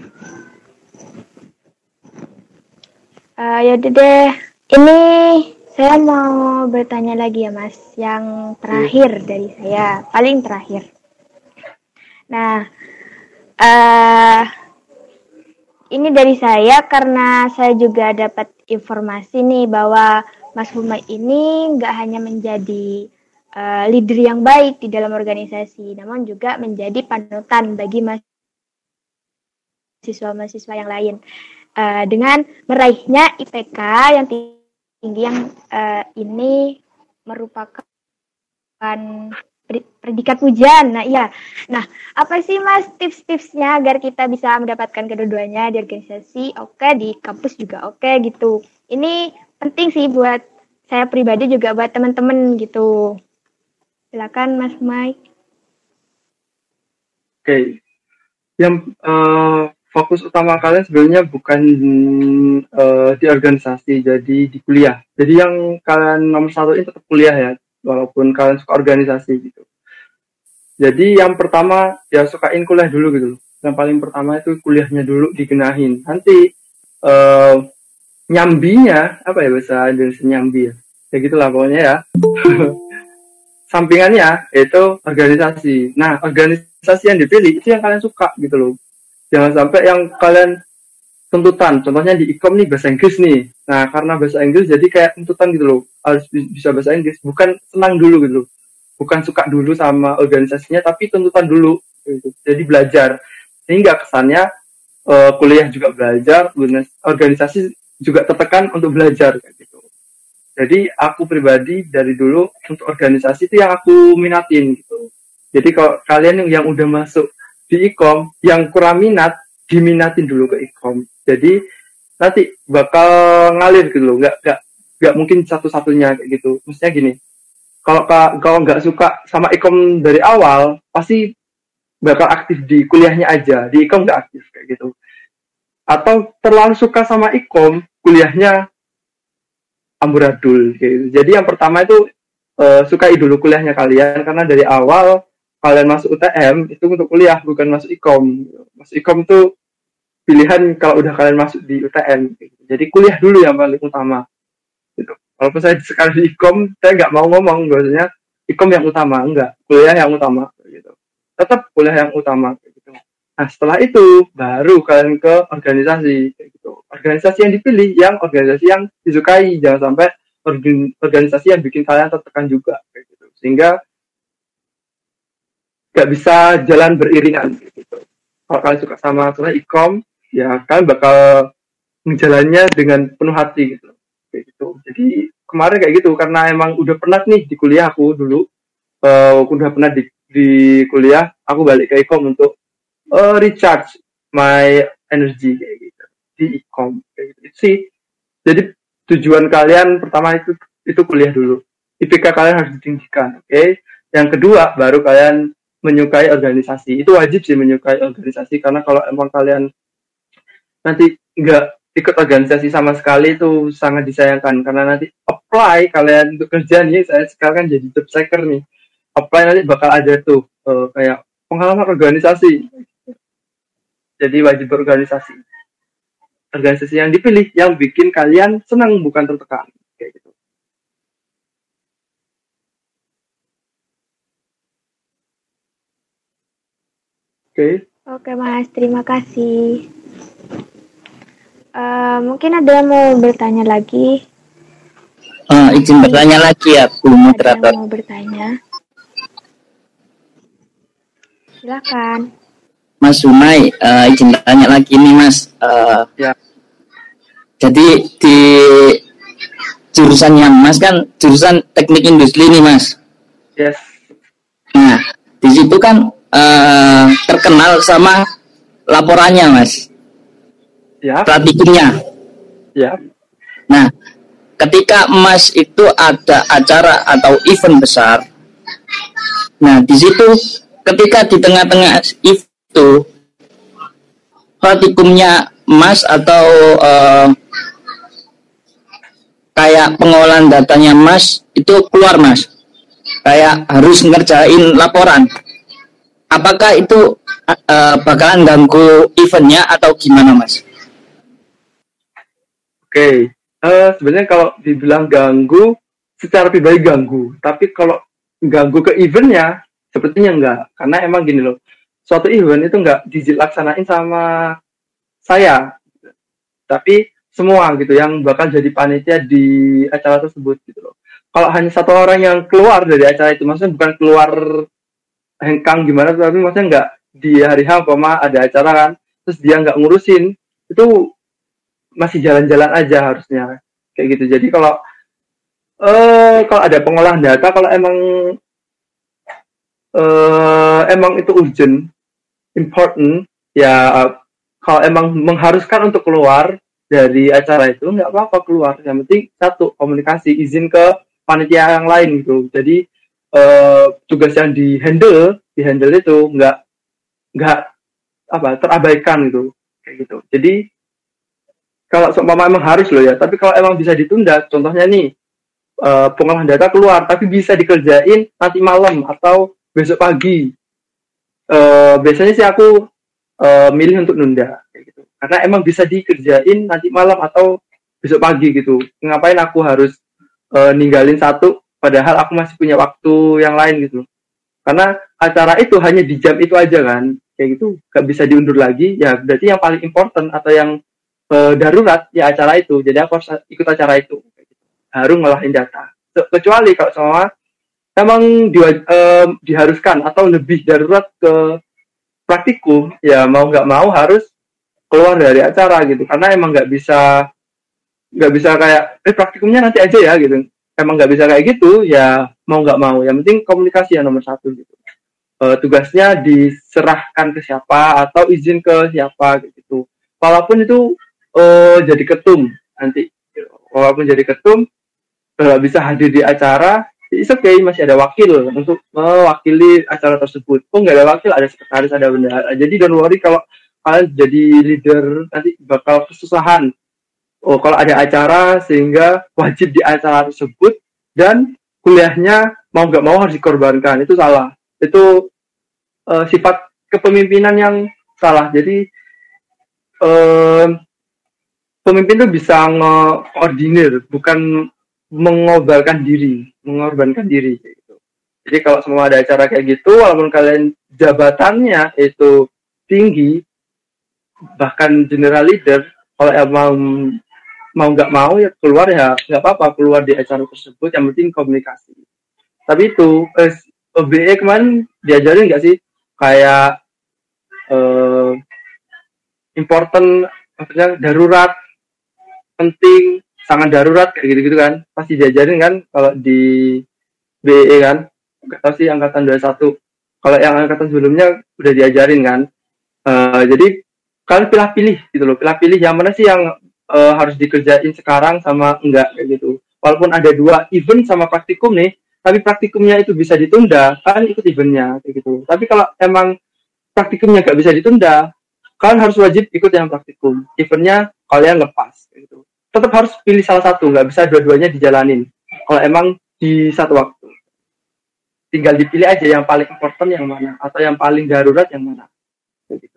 Uh, ya deh, ini Saya mau bertanya lagi ya Mas, yang terakhir dari saya, paling terakhir. Nah, uh, ini dari saya karena saya juga dapat informasi nih bahwa Mas Humay ini nggak hanya menjadi uh, leader yang baik di dalam organisasi, namun juga menjadi panutan bagi mahasiswa-mahasiswa yang lain. Uh, dengan meraihnya I P K yang tinggi tinggi yang uh, ini merupakan predikat pujian. Nah, iya. Nah, apa sih Mas tips-tipsnya agar kita bisa mendapatkan kedua-duanya di organisasi, oke, okay, di kampus juga oke okay, gitu. Ini penting sih buat saya pribadi juga buat teman-teman gitu. Silakan Mas Mike. Oke. Okay. Yang uh... fokus utama kalian sebenarnya bukan uh, di organisasi, jadi di kuliah. Jadi yang kalian nomor satu ini tetap kuliah ya, walaupun kalian suka organisasi gitu. Jadi yang pertama ya sukain kuliah dulu gitu. Yang paling pertama itu kuliahnya dulu digenahin. Nanti uh, nyambinya apa ya bahasa Indonesia nyambi ya, ya gitulah pokoknya ya. Sampingannya itu organisasi. Nah organisasi yang dipilih itu yang kalian suka gitu loh. Jangan sampai yang kalian tuntutan, contohnya di ikom nih bahasa Inggris nih. Nah, karena bahasa Inggris jadi kayak tuntutan gitu loh, harus bisa bahasa Inggris. Bukan senang dulu gitu loh, bukan suka dulu sama organisasinya, tapi tuntutan dulu. Gitu. Jadi belajar, sehingga kesannya uh, kuliah juga belajar, organisasi juga tertekan untuk belajar. Gitu. Jadi aku pribadi dari dulu untuk organisasi itu yang aku minatin. Gitu. Jadi kalau kalian yang udah masuk di ikom yang kurang minat diminatin dulu ke ikom, jadi nanti bakal ngalir gitu loh, nggak nggak nggak mungkin satu-satunya kayak gitu. Maksudnya gini, kalau kalau nggak suka sama ikom dari awal pasti bakal aktif di kuliahnya aja, di ikom nggak aktif kayak gitu. Atau terlalu suka sama ikom, kuliahnya amburadul kayak gitu. Jadi yang pertama itu uh, sukai dulu kuliahnya kalian, karena dari awal kalian masuk U T M itu untuk kuliah, bukan masuk ikom. Masuk ikom tuh pilihan kalau udah kalian masuk di U T M. Jadi kuliah dulu yang paling utama. Gitu. Walaupun saya sekarang di ikom, saya nggak mau ngomong bahwasanya ikom yang utama, enggak. Kuliah yang utama. Gitu. Tetap kuliah yang utama. Gitu. Nah setelah itu baru kalian ke organisasi. Gitu. Organisasi yang dipilih, yang organisasi yang disukai, jangan sampai organisasi yang bikin kalian tertekan juga. Gitu. Sehingga gak bisa jalan beriringan gitu. Kalau kalian suka sama soalnya ikom, ya kalian bakal menjalannya dengan penuh hati gitu. Kayak gitu. Jadi kemarin kayak gitu karena emang udah pernah nih di kuliah aku dulu, uh, udah pernah di, di kuliah, aku balik ke ikom untuk uh, recharge my energy kayak gitu di ikom kayak gitu. Itu sih. Jadi tujuan kalian pertama itu itu kuliah dulu. I P K kalian harus ditinggikan, oke? Okay? Yang kedua baru kalian menyukai organisasi. Itu wajib sih menyukai organisasi, karena kalau emang kalian nanti nggak ikut organisasi sama sekali itu sangat disayangkan, karena nanti apply kalian untuk kerja nih, saya sekarang kan jadi job seeker nih, apply nanti bakal ada tuh uh, kayak pengalaman organisasi. Jadi wajib berorganisasi. Organisasi yang dipilih yang bikin kalian senang, bukan tertekan kayak gitu. Oke. Okay. Oke Mas, terima kasih. Uh, mungkin ada yang mau bertanya lagi? Uh, izin bertanya lagi ya, Bu Moderator. Ada yang mau bertanya? Silakan. Mas Humay, uh, izin bertanya lagi nih Mas. Uh, ya. Jadi di jurusannya Mas kan jurusan teknik industri nih Mas. Yes. Nah, di situ kan Uh, terkenal sama laporannya Mas, ya. Praktikumnya. Ya. Nah, ketika Mas itu ada acara atau event besar, nah di situ ketika di tengah-tengah itu praktikumnya Mas atau uh, kayak pengolahan datanya Mas itu keluar Mas, kayak harus ngerjain laporan. Apakah itu uh, bakalan ganggu eventnya atau gimana Mas? Oke, uh, sebenarnya kalau dibilang ganggu, secara pribadi ganggu. Tapi kalau ganggu ke eventnya, sepertinya enggak. Karena emang gini loh, suatu event itu enggak dilaksanain sama saya, tapi semua gitu yang bakal jadi panitia di acara tersebut gitu loh. Kalau hanya satu orang yang keluar dari acara itu, maksudnya bukan keluar hengkang gimana, tapi maksudnya enggak di hari H umpama ada acara kan, terus dia enggak ngurusin, itu masih jalan-jalan aja harusnya kayak gitu. Jadi kalau eh kalau ada pengolahan data, kalau emang eh emang itu urgent, important, ya kalau emang mengharuskan untuk keluar dari acara itu nggak apa-apa keluar. Yang penting satu, komunikasi, izin ke panitia yang lain gitu. Jadi eh, tugas yang di handle di handle itu nggak nggak apa terabaikan gitu kayak gitu. Jadi kalau seumpama emang harus loh ya, tapi kalau emang bisa ditunda, contohnya nih uh, pengolahan data keluar tapi bisa dikerjain nanti malam atau besok pagi. Uh, biasanya sih aku uh, milih untuk nunda kayak gitu. Karena emang bisa dikerjain nanti malam atau besok pagi gitu. Ngapain aku harus uh, ninggalin satu padahal aku masih punya waktu yang lain gitu. Karena acara itu hanya di jam itu aja kan, kayak gitu, gak bisa diundur lagi. Ya berarti yang paling important atau yang uh, darurat ya acara itu. Jadi aku harus ikut acara itu. Harus ngolahin data. Kecuali kalau semua emang di, uh, diharuskan atau lebih darurat ke praktikum, ya mau nggak mau harus keluar dari acara gitu. Karena emang nggak bisa nggak bisa kayak eh praktikumnya nanti aja ya gitu. Emang nggak bisa kayak gitu, ya mau nggak mau. Yang penting komunikasi yang nomor satu gitu. Uh, tugasnya diserahkan ke siapa atau izin ke siapa gitu. Walaupun itu uh, jadi ketum nanti, walaupun jadi ketum nggak uh, bisa hadir di acara, it's okay, masih ada wakil untuk mewakili acara tersebut. Oh nggak ada wakil, ada sekretaris, ada bendahara. Jadi don't worry kalau kalian jadi leader nanti bakal kesusahan. Oh kalau ada acara sehingga wajib di acara tersebut dan kuliahnya mau nggak mau harus dikorbankan, itu salah. Itu uh, sifat kepemimpinan yang salah. Jadi uh, pemimpin itu bisa nge-koordinir, bukan mengorbankan diri, mengorbankan diri gitu. Jadi kalau semua ada acara kayak gitu, walaupun kalian jabatannya itu tinggi, bahkan general leader, kalau emang mau nggak mau ya keluar ya nggak apa-apa, keluar di acara tersebut, yang penting komunikasi. Tapi itu eh, B E kemarin diajarin nggak sih kayak eh, important, maksudnya darurat, penting, sangat darurat kayak gitu-gitu kan, pasti diajarin kan kalau di B E kan, nggak tahu sih angkatan dua puluh satu, kalau yang angkatan sebelumnya udah diajarin kan. Uh, jadi kalian pilih-pilih gitu loh, pilih-pilih yang mana sih yang uh, harus dikerjain sekarang sama enggak kayak gitu. Walaupun ada dua event sama praktikum nih, tapi praktikumnya itu bisa ditunda, kalian ikut eventnya kayak gitu. Tapi kalau emang praktikumnya nggak bisa ditunda, kalian harus wajib ikut yang praktikum, eventnya kalian lepas kayak gitu. Tetap harus pilih salah satu, nggak bisa dua-duanya dijalanin kalau emang di satu waktu. Tinggal dipilih aja yang paling important yang mana atau yang paling darurat yang mana gitu.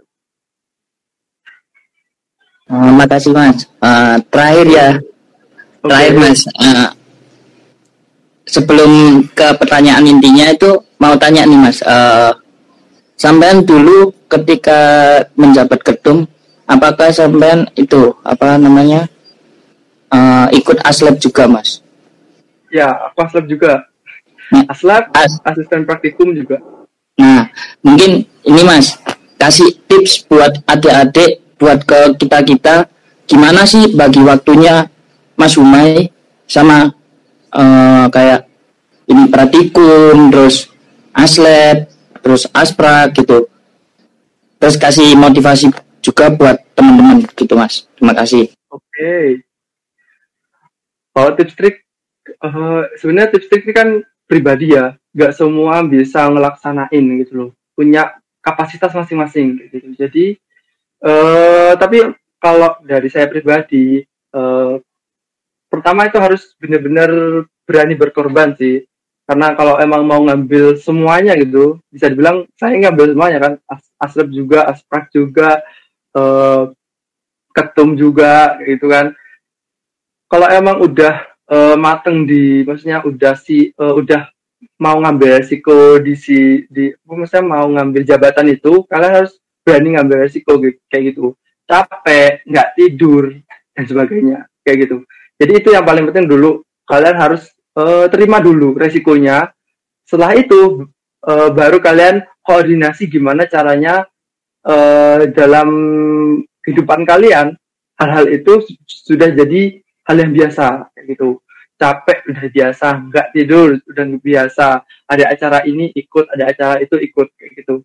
Uh, makasih Mas. Uh, terakhir ya, okay. Terakhir Mas. Uh, sebelum ke pertanyaan intinya itu mau tanya nih Mas. Uh, sampean dulu ketika menjabat ketum, apakah sampean itu apa namanya uh, ikut aslab juga Mas? Ya, aku aslab juga. Nah, aslab, as- asisten praktikum juga. Nah, mungkin ini Mas kasih tips buat adik-adik, buat ke kita-kita, gimana sih bagi waktunya Mas Humay sama uh, kayak ini praktikum, terus aslab, terus aspra gitu. Terus kasih motivasi juga buat teman-teman gitu Mas. Terima kasih. Oke. Okay. Kalau tips trik, uh, sebenarnya tips trik ini kan pribadi ya, nggak semua bisa ngelaksanain gitu loh, punya kapasitas masing-masing gitu. Jadi uh, tapi kalau dari saya pribadi, uh, pertama itu harus benar-benar berani berkorban sih, karena kalau emang mau ngambil semuanya gitu, bisa dibilang saya ngambil semuanya kan, As- aslab juga, asprak juga, uh, ketum juga gitu kan. kalau emang udah uh, mateng di, maksudnya udah si uh, udah mau ngambil resiko di si di, maksudnya mau ngambil jabatan itu, kalian harus berani ngambil resiko gitu, kayak gitu. Capek, nggak tidur dan sebagainya, kayak gitu. Jadi itu yang paling penting dulu, kalian harus uh, terima dulu resikonya. Setelah itu uh, baru kalian koordinasi gimana caranya uh, dalam kehidupan kalian hal-hal itu sudah jadi hal yang biasa, kayak gitu. Capek udah biasa, nggak tidur udah biasa, ada acara ini ikut, ada acara itu ikut, kayak gitu.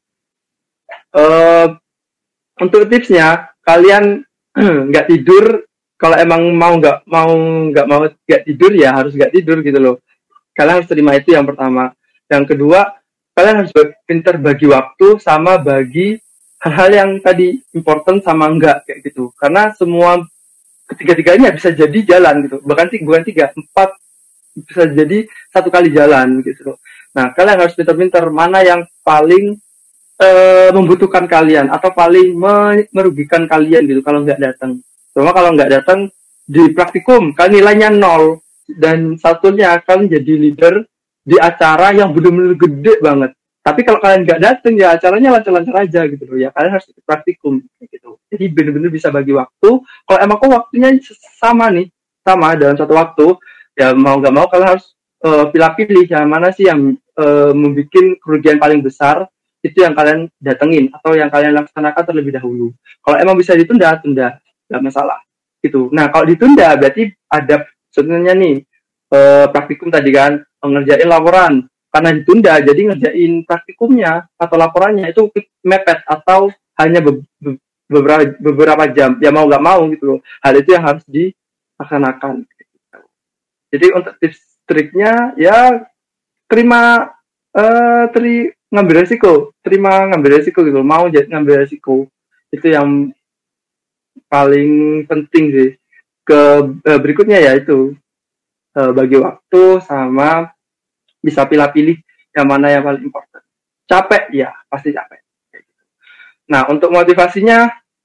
Uh, untuk tipsnya, kalian nggak tidur, kalau emang mau nggak mau nggak mau nggak tidur ya harus nggak tidur gitu loh. Kalian harus terima itu yang pertama. Yang kedua, kalian harus pintar bagi waktu sama bagi hal-hal yang tadi important sama enggak, kayak gitu. Karena semua ketiga-tiganya bisa jadi jalan gitu. Bahkan tiga, bukan tiga, empat bisa jadi satu kali jalan gitu loh. Nah, kalian harus pintar-pintar mana yang paling uh, membutuhkan kalian atau paling merugikan kalian gitu kalau nggak datang. Cuma kalau nggak datang di praktikum, kalian nilainya nol. Dan satunya kalian jadi leader di acara yang benar-benar gede banget. Tapi kalau kalian nggak datang ya acaranya lancar-lancar aja gitu loh. Ya kalian harus praktikum gitu. Jadi benar-benar bisa bagi waktu. Kalau emang kok waktunya sama nih, sama dalam satu waktu, ya mau nggak mau kalian harus uh, pilih-pilih yang mana sih yang uh, membuat kerugian paling besar, itu yang kalian datengin atau yang kalian laksanakan terlebih dahulu. Kalau emang bisa ditunda, tunda, nggak masalah gitu. Nah kalau ditunda berarti ada sebenarnya nih uh, praktikum tadi kan, ngerjain laporan. Karena ditunda, jadi ngerjain praktikumnya atau laporannya itu mepet atau hanya be- be- beberapa beberapa jam. Ya mau nggak mau gitu loh. Hal itu yang harus dilaksanakan. Jadi untuk tips triknya ya terima uh, teri ngambil resiko, terima ngambil resiko gitu. Mau jadi ngambil resiko itu yang paling penting sih. Ke uh, berikutnya ya itu uh, bagi waktu sama bisa pilih-pilih yang mana yang paling important. Capek ya pasti capek. Nah untuk motivasinya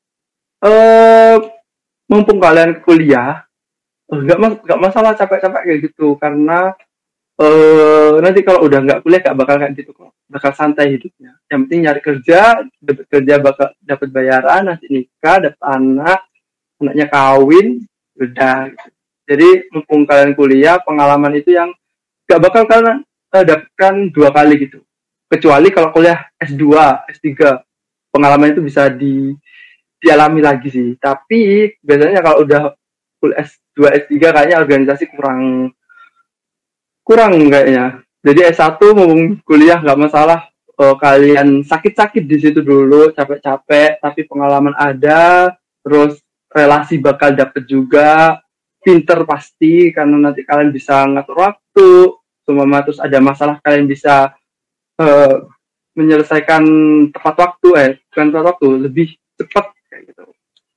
uh, mumpung kalian kuliah nggak mas nggak masalah capek-capek kayak gitu karena uh, nanti kalau udah nggak kuliah nggak bakal kayak gitu kok, bakal santai hidupnya. Yang penting nyari kerja, dapat kerja bakal dapat bayaran, nanti nikah, dapat anak, anaknya kawin, udah. Gitu. Jadi mumpung kalian kuliah, pengalaman itu yang nggak bakal kalian uh, dapatkan dua kali gitu. Kecuali kalau kuliah S dua, S tiga, pengalaman itu bisa di dialami lagi sih. Tapi biasanya kalau udah kuliah S dua, S tiga kayaknya organisasi kurang kurang kayaknya. Jadi S satu mau kuliah nggak masalah, uh, kalian sakit-sakit di situ dulu, capek-capek, tapi pengalaman ada, terus relasi bakal dapet juga, pinter pasti karena nanti kalian bisa ngatur waktu, semua terus ada masalah kalian bisa uh, menyelesaikan tepat waktu, eh bukan tepat waktu, lebih cepat kayak gitu,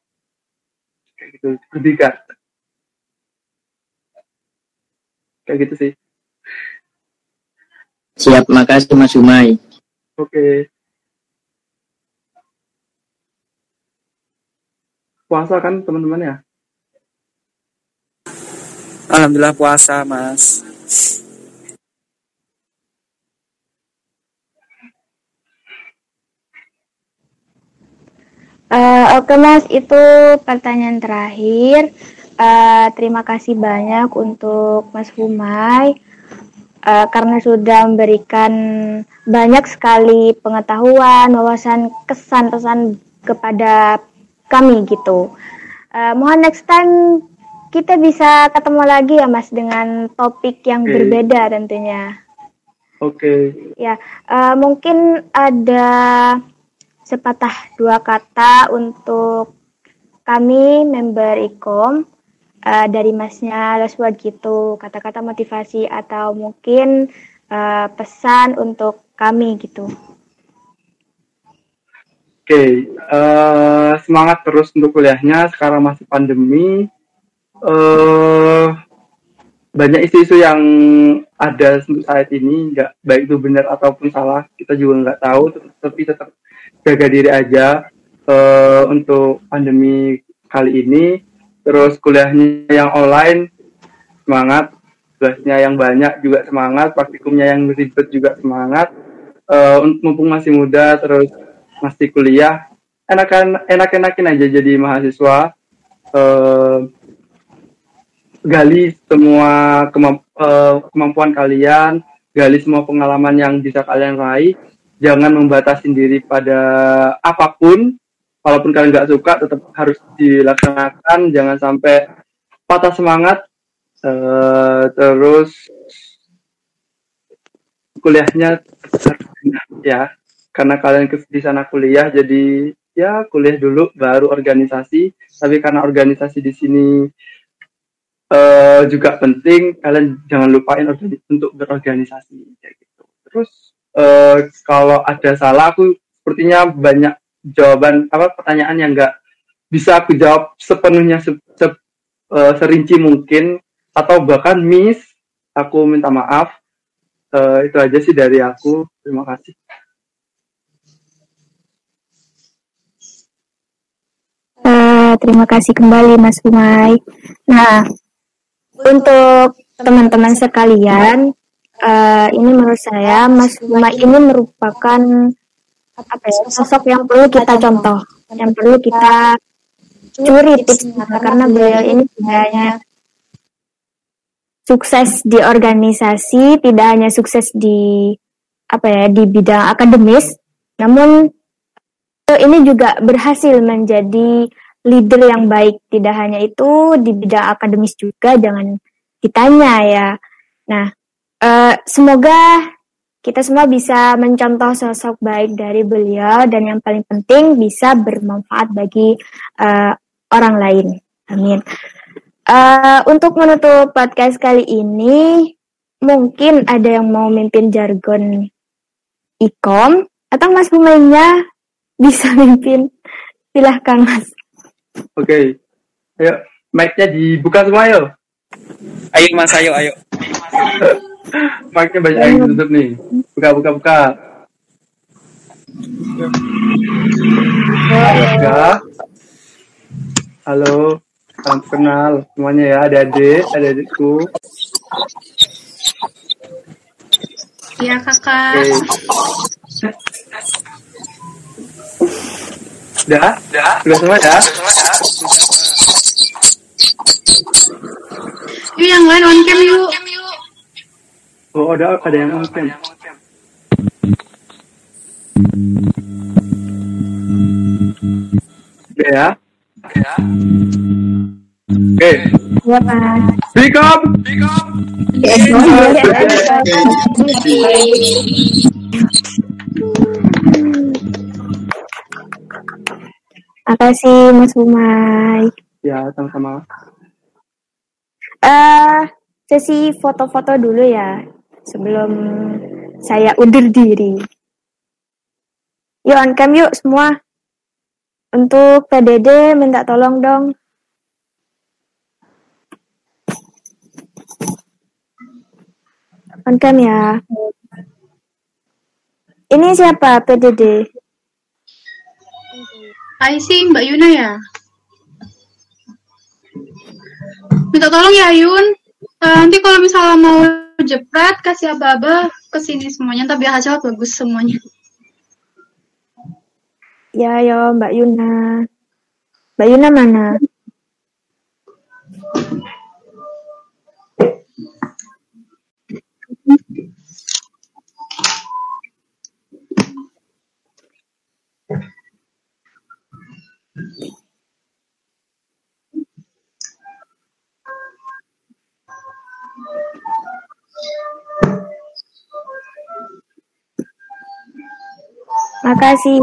kayak gitu, lebih kan, kayak gitu sih. Siap, makasih Mas Umay. Oke. Okay. Puasa kan teman-teman ya? Alhamdulillah puasa, Mas. Uh, Oke okay, Mas, itu pertanyaan terakhir. Uh, terima kasih banyak untuk Mas Humay uh, karena sudah memberikan banyak sekali pengetahuan, wawasan, kesan pesan kepada kami gitu. Uh, mohon next time kita bisa ketemu lagi ya Mas dengan topik yang okay. berbeda tentunya. Oke. Okay. Ya, uh, mungkin ada sepatah dua kata untuk kami member Ikom uh, dari Masnya Laswad gitu, kata-kata motivasi atau mungkin uh, pesan untuk kami gitu. Oke, okay. uh, semangat terus untuk kuliahnya. Sekarang masih pandemi, uh, banyak isu-isu yang ada untuk saat ini, nggak baik itu benar ataupun salah, kita juga nggak tahu, tapi tetap jaga diri aja uh, untuk pandemi kali ini. Terus kuliahnya yang online semangat, tugasnya yang banyak juga semangat, praktikumnya yang ribet juga semangat. Uh, mumpung masih muda terus masih kuliah, enakan enak-enakin aja jadi mahasiswa. Uh, gali semua kemamp- uh, kemampuan kalian, gali semua pengalaman yang bisa kalian raih. Jangan membatasi diri pada apapun. Walaupun kalian nggak suka, tetap harus dilaksanakan. Jangan sampai patah semangat. Uh, terus kuliahnya ya, karena kalian di sana kuliah, jadi ya kuliah dulu baru organisasi. Tapi karena organisasi di sini uh, juga penting, kalian jangan lupain organi- untuk berorganisasi kayak gitu. Terus uh, kalau ada salah, aku sepertinya banyak jawaban apa pertanyaan yang nggak bisa aku jawab sepenuhnya se- se- uh, serinci mungkin, atau bahkan miss, aku minta maaf. Uh, itu aja sih dari aku. Terima kasih. Uh, terima kasih kembali Mas Umay. Nah, untuk teman-teman sekalian, uh, ini menurut saya Mas Umay ini merupakan apa ya, sosok yang perlu kita contoh, yang perlu kita curi tipsnya, karena beliau ini tidak hanya sukses di organisasi, tidak hanya sukses di apa ya di bidang akademis, namun ini juga berhasil menjadi leader yang baik. Tidak hanya itu, di bidang akademis juga, jangan ditanya ya. Nah, eh, semoga kita semua bisa mencontoh sosok baik dari beliau, dan yang paling penting bisa bermanfaat bagi eh, orang lain. Amin. Uh, untuk menutup podcast kali ini, mungkin ada yang mau mimpin jargon ikom, atau Mas Umaynya bisa mimpin. Silahkan Mas. Oke, okay. Ayo mic-nya dibuka semua yuk. Ayo Mas, ayo, ayo. Mic-nya banyak yang tutup nih. Buka, buka, buka. Buka. Halo. Salam kenal semuanya ya, adik-adik, adik-adikku. Iya kakak. Okay. Udah? Udah? Udah semua ya? Yuk yang lain on cam yuk. Oh, ada ada yang on cam. Udah ya? Ya. Oke. Okay. Ya Mas. Speak up. Speak up. Yes, makasih Mas Umay. Ya, sama-sama. Uh, sesi foto-foto dulu ya, sebelum saya undur diri. Yuk on cam yuk semua. Untuk P D D minta tolong dong. On cam ya. Ini siapa P D D? I see Mbak Yuna ya. Minta tolong ya Yun. Uh, nanti kalau misalnya mau jepret kasih aba-aba ke sini semuanya, tapi biar hasilnya bagus semuanya. Ya, yo Mbak Yuna. Mbak Yuna mana? Makasih.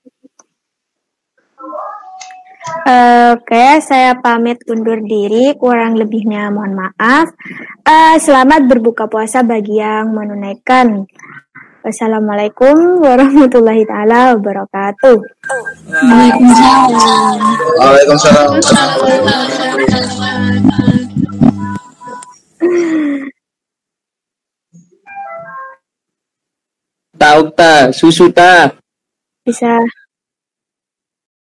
Uh, Oke, okay, saya pamit undur diri. Kurang lebihnya mohon maaf. Uh, selamat berbuka puasa bagi yang menunaikan. Wassalamualaikum warahmatullahi taala wabarakatuh. Waalaikumsalam. Waalaikumsalam. Tahu ta, susu ta. Bisa.